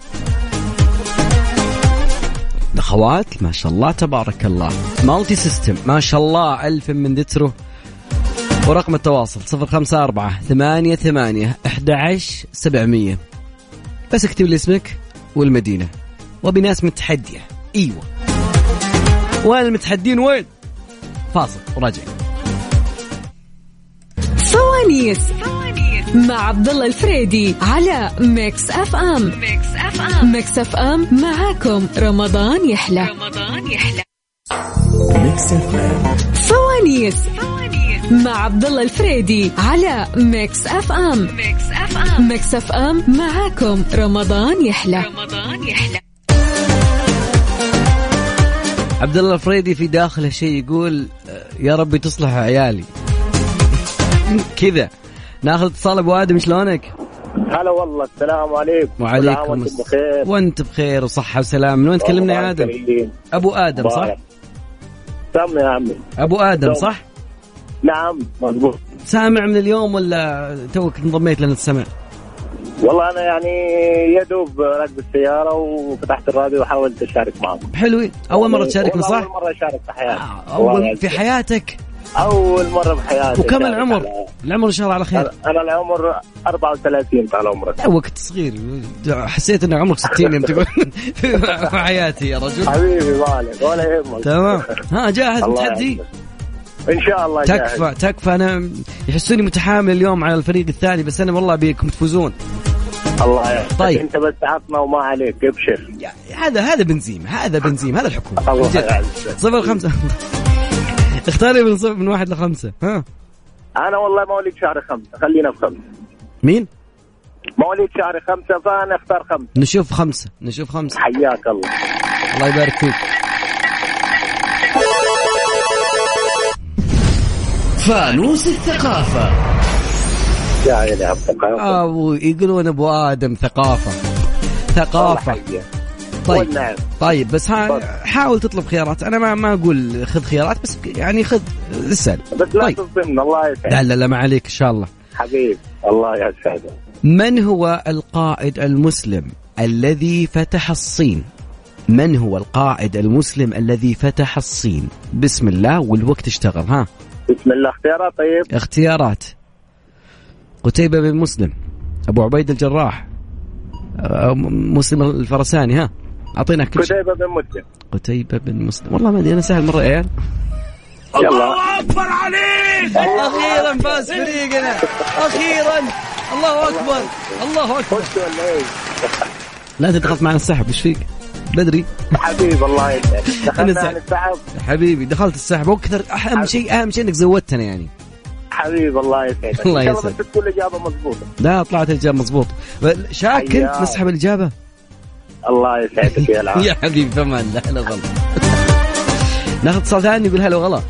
أخوات ما شاء الله تبارك الله مالتي سيستم ما شاء الله ألف من دتره. ورقم التواصل صفر خمسة أربعة ثمانية ثمانية أحد عشر سبعمية. بس اكتب لي اسمك والمدينة وبناس متحدية. ايوه وين المتحدين؟ وين؟ فاصل وراجع. فوانيس مع عبد الله الفريدي على ميكس اف ام. ميكس اف ام ميكس اف ام معاكم رمضان يحلى. رمضان يحلى. ميكس اف ام. فوانيس مع عبد الله الفريدي على ميكس اف ام. ميكس اف ام ميكس اف ام معاكم رمضان يحلى. رمضان يحلى. عبد الله الفريدي في داخله شيء يقول يا ربي تصلح عيالي. كذا. ناخذ اتصال ابو ادم. شلونك؟ هلا والله. السلام عليكم. وعليكم السلام. وانت بخير وصحه وسلام. من وين تكلمنا يا ادم؟ ابو ادم صح؟ سامع يا عمي. ابو ادم صح؟ نعم مضبوط. سامع من اليوم ولا توك انضميت لنا السمع؟ والله أنا يعني يدوب راكب السيارة وفتحت الراديو وحاولت أشارك معكم. حلوين. أول مرة تشاركنا صح؟ أول مرة أشارك في حياتي. آه أول في حياتك؟ أول مرة بحياتي. وكم العمر؟ العمر إن شاء الله على خير. أنا العمر أربعة وثلاثين طال عمرك. وقت صغير حسيت إن عمرك ستين يوم تقول في حياتي يا رجل. حبيبي مالك ولا يهمك. تمام. ها جاهز التحدي؟ إن شاء الله جاهز. تكفى تكفى. أنا يحسوني متحامل اليوم على الفريق الثاني بس أنا والله بيكم تفوزون. الله يحفظك. طيب أنت بس عطنا وما عليك ابشر. هذا هذا بنزيم هذا بنزيم هذا الحكومة. الله يعزك. صفر خمسة. اختاري من صفر من واحد لخمسة. ها. أنا والله مواليد شهر خمسة خلينا في خمسة. مين؟ مواليد شهر خمسة فأنا اختار خمسة. نشوف خمسة نشوف خمسة. حياك الله. الله يبارك فيك. فانوس الثقافة. يا عيني الثقافة. آه يقولون أبو آدم ثقافة ثقافة. طيب طيب بس ها حاول تطلب خيارات. أنا ما ما أقول خذ خيارات بس يعني خذ السؤال بس لا طيب. تصدمنا الله يسعدك. لا لا لا ما عليك إن شاء الله حبيب. الله يسعدك. من هو القائد المسلم الذي فتح الصين؟ من هو القائد المسلم الذي فتح الصين؟ بسم الله والوقت اشتغل. ها بسم الله. اختيارات. طيب اختيارات: قتيبة بن مسلم، أبو عبيد الجراح، مسلم الفرساني. ها أعطينا كل شيء. قتيبة بن مسلم. قتيبة بن مسلم. والله ما أدري أنا سهل مرة يا عيال. الله أكبر عليك. أخيرا فاز فريقنا أخيرا. الله أكبر الله أكبر. لا أنت دخلت معنا السحب إيش فيك بدري حبيب. الله يسعدك. دخلنا السحب حبيبي. دخلت السحب وأكثر أهم شيء أهم شيء إنك زودتنا يعني. حبيب. الله يسعدك. الله يسعدك. بس تقول الإجابة مضبوطة. لا طلعت الإجابة مضبوط. شاك كنت نسحب الإجابة. الله يسعدك يا العافية. يا حبيبي فمان. لا لا غلط. ناخذ اتصال ثاني يقول هلا وغلا.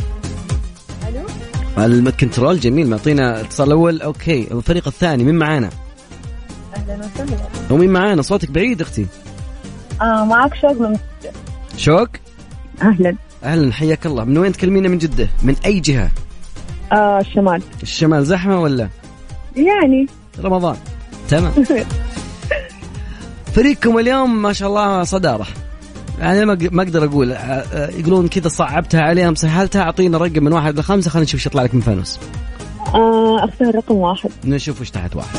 الو الكنترول جميل معطينا اتصال الاول. اوكي الفريق الثاني مين معانا؟ اهلا وسهلا. ومين معانا؟ صوتك بعيد اختي. اه معك شوق من شوق. اهلا اهلا حياك الله. من وين تكلمينا؟ من جدة. من اي جهة؟ اه الشمال. الشمال زحمة ولا يعني رمضان؟ تمام. فريقكم اليوم ما شاء الله صدارة. يعني ما ما اقدر اقول. يقولون كذا صعبتها عليهم سهلتها. اعطينا رقم من واحد لخمسة خلينا نشوف ايش يطلع لك من فانوس. آه اختار رقم واحد. نشوف ايش تحت واحد.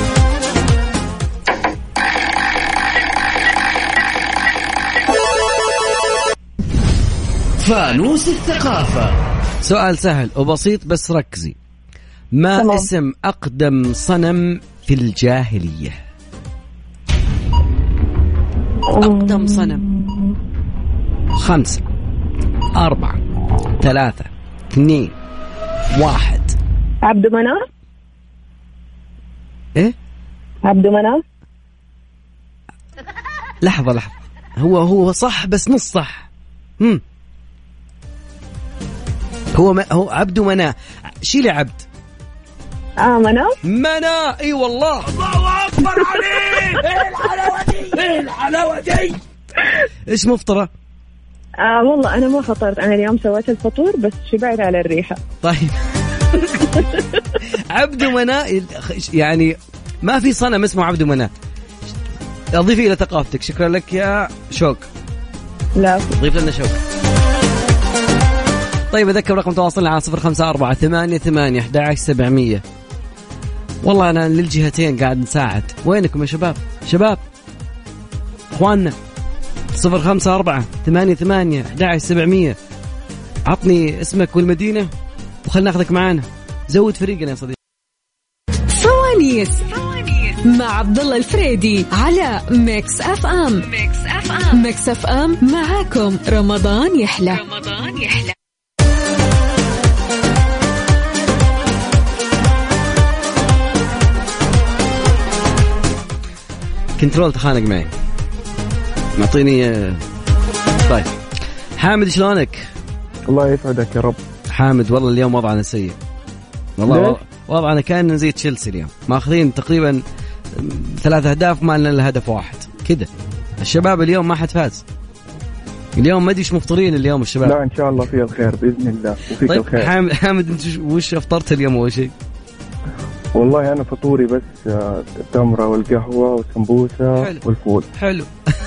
فانوس الثقافة. سؤال سهل وبسيط بس ركزي. ما طبعا. اسم أقدم صنم في الجاهلية؟ أقدم صنم. خمسة أربعة ثلاثة اثنين واحد. عبد مناف. إيه عبد مناف. لحظة لحظة. هو هو صح بس نص صح. هم هو ما هو عبد مناف. شيلي عبد. اه مناف. مناف. اي والله. الله أكبر عليك. ايه الحلاوة دي ايه الحلاوة دي. ايش مفطرة؟ آه والله أنا ما فطرت. أنا اليوم سويت الفطور بس شبعت على الريحة. طيب. عبد مناف يعني ما في صنم اسمه عبد مناف. أضيفي إلى ثقافتك. شكرا لك يا شوق. لا ضيف لنا شوق. طيب أذكر رقم تواصلنا على صفر خمسة أربعة ثمانية ثمانية أحد عشر سبعمية. والله أنا للجهتين قاعد نساعد. وينكم يا شباب؟ شباب أخواننا. صفر خمسة أربعة ثمانية ثمانية أحد عشر سبعمية. عطني اسمك والمدينة وخلنا ناخذك معانا. زود فريقنا يا صديقي. فوانيس مع عبد الله الفريدي على ميكس اف ام. ميكس اف ام ميكس اف ام معاكم رمضان يحلى. رمضان يحلى. كنترول تخانق معي. معطيني. طيب حامد شلونك؟ الله يسعدك يا رب. حامد والله اليوم وضعنا سيء والله. وضعنا كان زي تشيلسي اليوم ماخذين تقريبا ثلاث أهداف ما لنا إلا هدف واحد كده. الشباب اليوم ما حد فاز اليوم. ما ادري ايش مفطرين اليوم الشباب. لا ان شاء الله فيه الخير باذن الله وفيك طيب الخير. حامد حامد انت وش افطرت اليوم اول شيء؟ والله أنا فطوري بس التمرة والقهوة والسمبوسة حلو. والفول. حلو.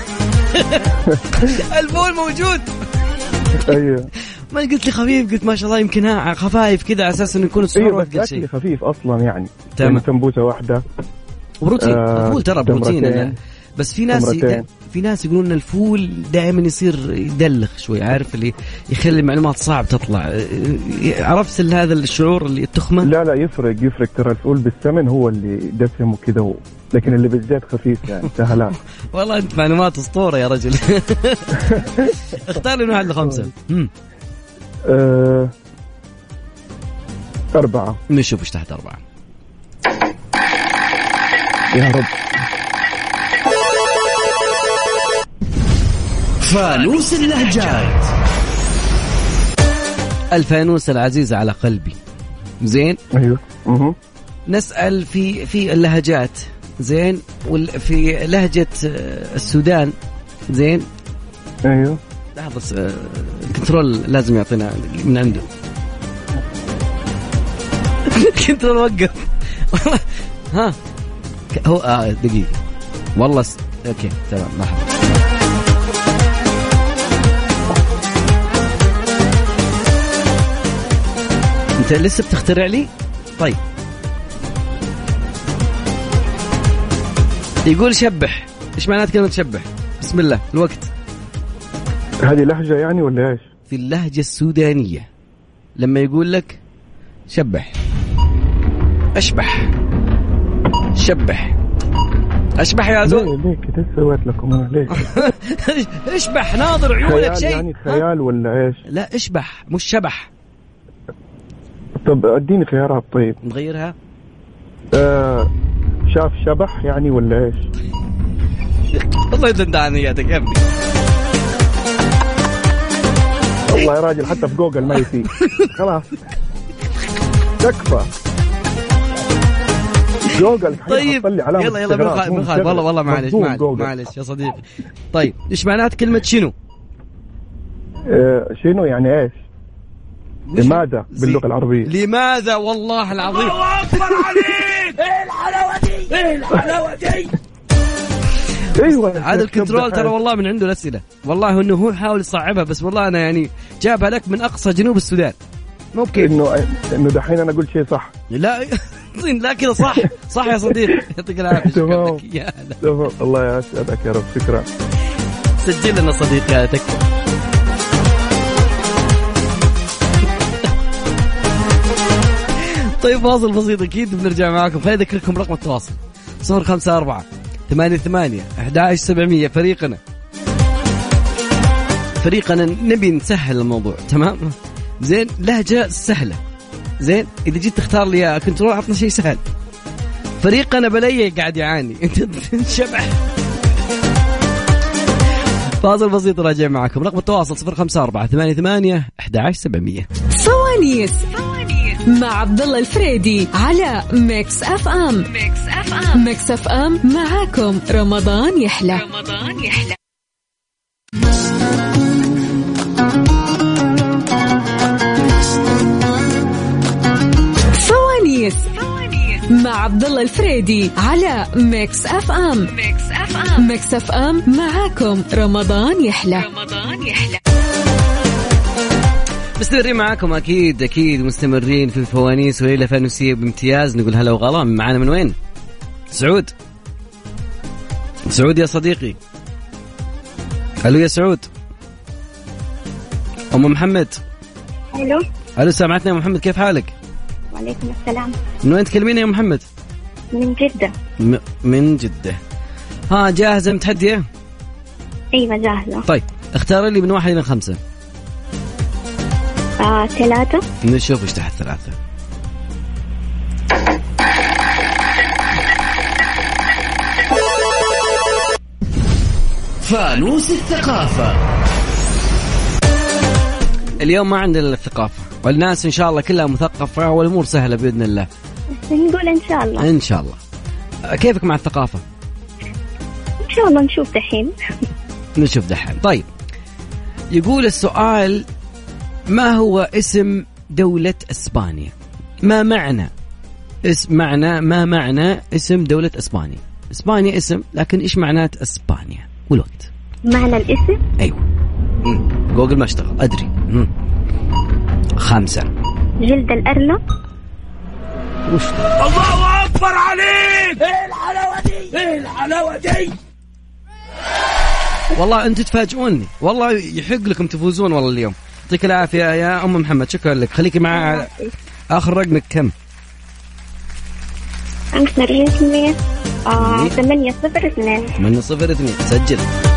الفول موجود. أيوه. ما قلت لي خفيف، قلت ما شاء الله يمكن خفايف كذا على أساس إنه يكون السعر أيوه وقت بس شيء. أكلي خفيف أصلا يعني. تمام. سمبوسة واحدة. بروتين. آه الفول ترى بروتين. بس في ناس يد... في ناس يقولون ان الفول دائما يصير يدلخ شوي، عارف اللي يخلي المعلومات صعب تطلع. عرفت هذا الشعور اللي التخمه؟ لا لا يفرق يفرق ترى الفول بالسمن هو اللي دسم وكذا و... لكن اللي بالزيت خفيف يعني سهلان. والله انت معلومات اسطوره يا رجل. اختار لي واحد لخمسه. امم أه... أربعة. نشوف ايش تحت أربعة. يا رب. فانوس اللهجات. الفانوس العزيز على قلبي. زين. ايوه. اها. نسأل في في اللهجات. زين. وفي لهجة السودان. زين. ايوه. لحظة الكنترول لازم يعطينا من عنده. الكنترول وقف. ها هو آه دقيقة والله س... اوكي تمام لحظة. انت لسه بتخترع لي؟ طيب يقول شبح. ايش معنات كلمة شبح؟ بسم الله الوقت. هذه لهجة يعني ولا ايش؟ في اللهجة السودانية لما يقول لك شبح، اشبح، شبح، اشبح يا زول. ليه ليه كده سويت لكم انا ليه؟ اشبح ناظر عيونك شيء يعني خيال ولا ايش؟ لا اشبح مش شبح. طب اديني خيارات. طيب نغيرها. آه شاف شبح يعني ولا ايش؟ والله تندعنياتك يا ابني. والله يا راجل حتى في جوجل ما يفيد. خلاص تكفى جوجل. طيب يلا يلا بنخاف والله والله معلش معلش معلش يا صديقي. طيب ايش معنات كلمة شنو؟ آه شنو يعني ايش؟ لماذا باللغة العربية؟ لماذا والله العظيم. الله أكبر عليك. ايه الحلاوة دي؟ ايه الحلاوة دي؟ ايوه هذا الكنترول ترى والله من عنده الأسئلة. والله انه هو حاول يصعبها بس والله انا يعني جابها لك من اقصى جنوب السودان. مو بكيف انه انه دحين انا قلت شيء صح. لا لا كذا صح صح يا صديقي. يعطيك العافية. تمام تمام. الله يسعدك يا رب. شكرا. سجل لنا صديقي تكفى. طيب فاصل بسيط أكيد بنرجع معاكم. خليني أذكركم رقم التواصل صفر خمسة أربعة ثمانية ثمانية أحد عشر سبعمية. فريقنا فريقنا نبي نسهل الموضوع. تمام زين. لهجة سهلة. زين. إذا جيت تختار لي يا كنترول عطنا شيء سهل. فريقنا بلي قاعد يعاني. أنت شبح. فاصل بسيط راجع معكم. رقم التواصل صفر خمسة أربعة ثمانية ثمانية أحد عشر سبعمية. فوانيس مع عبد الله الفريدي على ميكس اف ام. ميكس اف ام ميكس اف ام معاكم رمضان يحلى. رمضان يحلى. فوانيس مع عبد الله الفريدي على ميكس اف ام. ميكس اف ام ميكس اف ام معاكم رمضان يحلى. رمضان يحلى. مستمرين معاكم أكيد أكيد مستمرين في الفوانيس وليلة فانوسية بامتياز. نقول هلا وغلا. معنا من وين؟ سعود. سعود يا صديقي. ألو يا سعود. أم محمد. ألو. ألو سامعتنا يا محمد كيف حالك؟ وعليكم السلام. من وين تكلمين يا محمد؟ من جدة. م- من جدة. ها جاهزة متحدية؟ أيوة جاهزة. طيب اختار لي من واحد إلى خمسة. آه، ثلاثة. نشوف ايش تحت ثلاثة. فانوس الثقافة. اليوم ما عندنا الثقافة والناس إن شاء الله كلها مثقفة والأمور سهلة بإذن الله. نقول إن شاء الله. إن شاء الله. كيفك مع الثقافة؟ إن شاء الله نشوف دحين. نشوف دحين. طيب يقول السؤال: ما هو اسم دولة إسبانيا؟ ما معنى اسم معنى ما معنى اسم دولة اسبانيا؟ اسبانيا اسم، لكن ايش معنات اسبانيا؟ والوقت. معنى الاسم؟ ايوه. مم. جوجل ما اشتغل ادري. مم. خمسة. جلد الأرنب. وش الله أكبر عليك. ايه الحلاوة دي، ايه الحلاوة دي. والله انتم تفاجئوني، والله يحق لكم تفوزون والله اليوم. يعطيك العافية يا ام محمد، شكرا لك. خليكي معي. اخر رقمك كم؟ آخر رقمي آه ثمانية صفر اثنين. ثمانية صفر اثنين. سجل.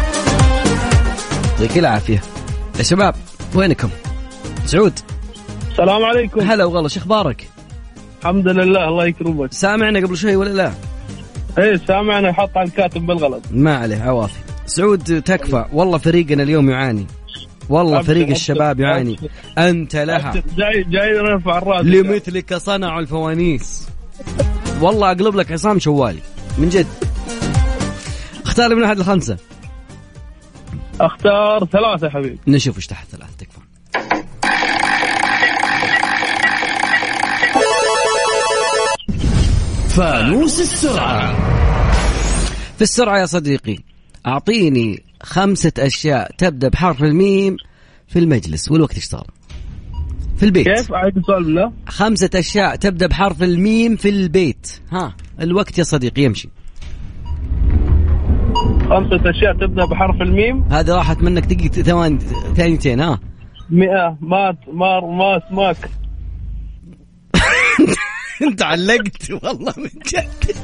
يعطيك العافية يا شباب. وينكم؟ سعود. السلام عليكم. هلا والله، شو اخبارك؟ الحمد لله الله يكرمك. سامعنا قبل شوي ولا لا؟ ايه سامعنا، حط على الكاتب بالغلط. ما عليه عوافي. سعود تكفى، والله فريقنا اليوم يعاني، والله فريق الشباب يعاني. أنت لها جاي جاي نرفع الراس. لمثلك صنعوا الفوانيس. والله أقلب لك عصام شوالي من جد. اختار من أحد الخمسة. اختار ثلاثة حبيبي. نشوف ايش تحت ثلاثة. تكفى. فانوس السرعة. في السرعة يا صديقي، أعطيني خمسة أشياء تبدأ بحرف الميم في المجلس والوقت يشتغل. في البيت. كيف؟ أعيد السؤال بالله. خمسة أشياء تبدأ بحرف الميم في البيت. ها الوقت يا صديقي يمشي. خمسة أشياء تبدأ بحرف الميم. هذا راحت منك دقيقة ثواني ثانيتين. ها مئة مات مار ماس ماك. انت علقت والله من جد.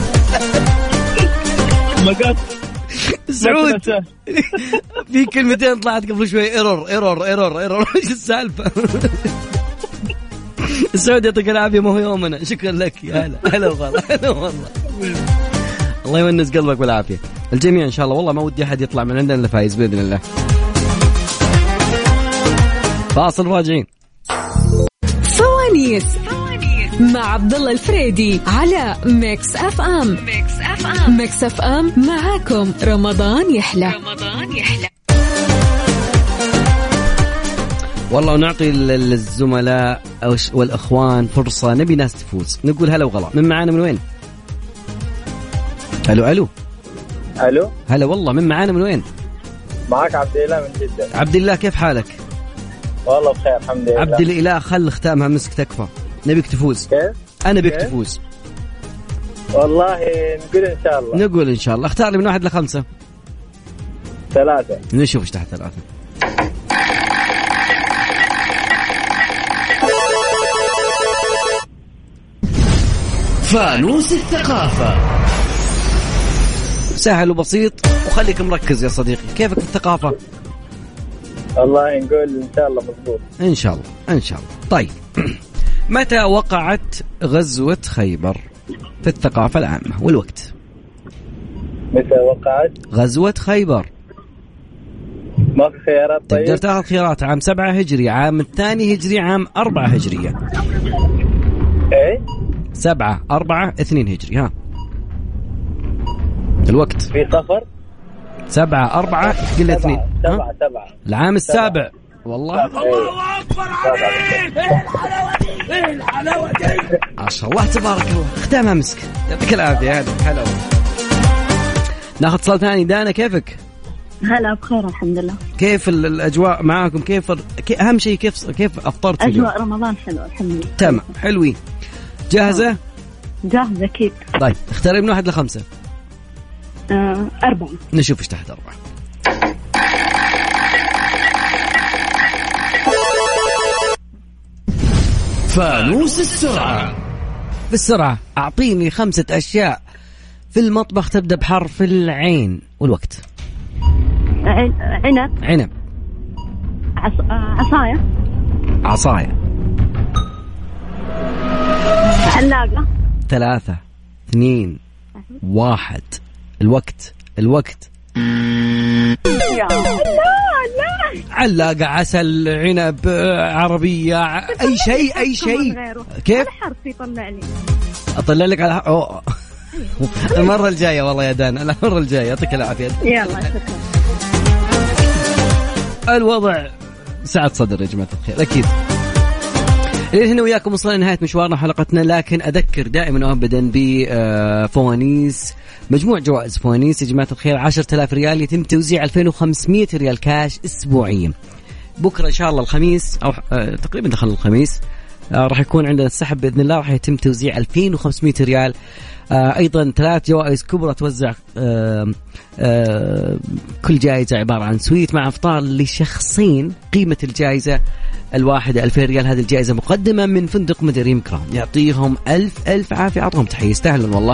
مقات. سعود في كلمتين طلعت قبل شوي. ايرور ايرور ايرور ايرور. ايش السالفة؟ سعود يعطيك العافية، ما هو يومنا. شكرا لك. يا هلا هلا والله هلا والله. الله يونس قلبك بالعافية الجميع ان شاء الله. والله ما ودي احد يطلع من عندنا الا فايز باذن الله. فاصل راجعين. فوانيس مع عبد الله الفريدي على ميكس اف ام. ميكس اف ام ميكس اف ام معاكم رمضان يحلى. رمضان يحلى. والله ونعطي للزملاء والاخوان فرصة، نبي ناس تفوز. نقول هلا وغلا. من معانا من وين؟ الو الو الو هلا والله. من معانا من وين؟ معك عبد الله من جدة. عبد الله كيف حالك؟ والله بخير الحمد لله. عبد الاله خل ختامها مسك تكفى. نبيك تفوز. كيف؟ انا بيك تفوز والله. نقول ان شاء الله. نقول ان شاء الله. اختار لي من واحد لخمسة. ثلاثة. نشوف ايش تحت ثلاثة. فانوس الثقافة. سهل وبسيط وخليك مركز يا صديقي. كيفك في الثقافة؟ والله نقول ان شاء الله مضبوط. ان شاء الله ان شاء الله. طيب متى وقعت غزوة خيبر في الثقافة العامة والوقت؟ متى وقعت غزوة خيبر؟ ما في خيارات. طيب تقدر تاخذ خيارات. عام سبعة هجري، عام الثاني هجري، عام أربعة هجرية. ايه سبعة أربعة اثنين هجري. ها الوقت. في صفر. سبعة أربعة قل اثنين. سبعة سبعة. العام السابع. والله الله أكبر عليك. ايه الحلاوة دي، ايه الحلاوة دي. ما شاء الله تبارك الله. ختامها مسك. يعطيك العافية. هذا حلو. ناخذ اتصال ثاني. دانا كيفك؟ هلا بخير الحمد لله. كيف الأجواء معاكم؟ كيف أهم شيء كيف كيف أفطرت؟ أجواء رمضان حلوة الحمد لله. تمام حلوين. جاهزة؟ جاهزة أكيد. طيب اختاري من واحد لخمسة. آه، أربعة. نشوف ايش تحت أربعة. فانوس السرعة. بالسرعة أعطيني خمسة أشياء في المطبخ تبدأ بحرف العين والوقت. عنب. عنب. عص... عصاية. عصاية. علاقة. ثلاثة اثنين واحد. الوقت الوقت. لا لا. علاقة، عسل، عنب، عربية، أي شيء أي شيء. كيف؟ حرف يطلع لي. أطلع لك على أوه. المرة الجاية والله يا دان، المرة الجاية. يعطيك العافية. يلا شكرا. الوضع سعة صدر يا جماعة الخير أكيد. هنا وياكم وصلنا لنهاية مشوارنا حلقتنا، لكن أذكر دائما وأبدا بفوانيس، مجموع جوائز فوانيس يا جماعة الخير عشرة آلاف ريال، يتم توزيع ألفين وخمسمية ريال كاش أسبوعيا. بكرة إن شاء الله الخميس أو تقريبا دخل الخميس راح يكون عندنا السحب بإذن الله، راح يتم توزيع ألفين وخمسمية ريال. آه أيضا ثلاث جوائز كبرى توزع، آه آه كل جائزة عبارة عن سويت مع إفطار لشخصين، قيمة الجائزة الواحدة ألفين ريال. هذه الجائزة مقدمة من فندق مدريم كرام، يعطيهم ألف ألف عافية، أعطهم تحية، يستاهلون والله.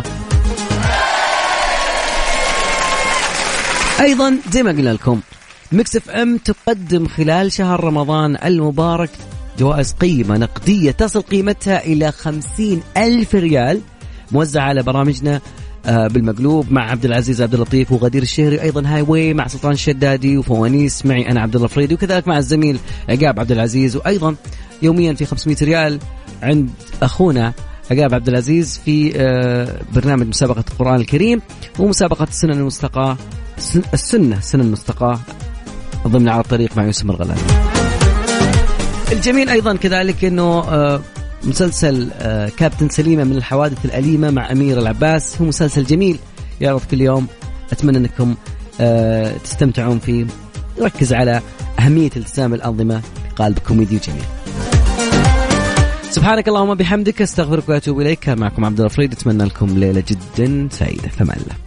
أيضا زي ما قلنا لكم ميكس اف ام تقدم خلال شهر رمضان المبارك جوائز قيمة نقدية تصل قيمتها إلى خمسين ألف ريال، موزعة على برامجنا بالمقلوب مع عبد العزيز عبد اللطيف وغدير الشهري، أيضا هاي واي مع سلطان الشدادي، وفوانيس معي أنا عبد الله الفريدي، وكذلك مع الزميل عقاب عبد العزيز. وأيضا يوميا في خمسمية ريال عند أخونا عقاب عبد العزيز في برنامج مسابقة القرآن الكريم ومسابقة السنة المستقاة السنة السنة المستقاة ضمن على الطريق مع يوسف الغلال. الجميل أيضا كذلك أنه مسلسل كابتن سليمة من الحوادث الأليمة مع أمير العباس، هو مسلسل جميل يعرض كل يوم، أتمنى أنكم تستمتعون فيه، يركز على أهمية التزام الأنظمة بقالب كوميدي جميل. سبحانك اللهم بحمدك، استغفرك وأتوب إليك. معكم عبد الله الفريد، أتمنى لكم ليلة جدا سعيدة، فمان الله.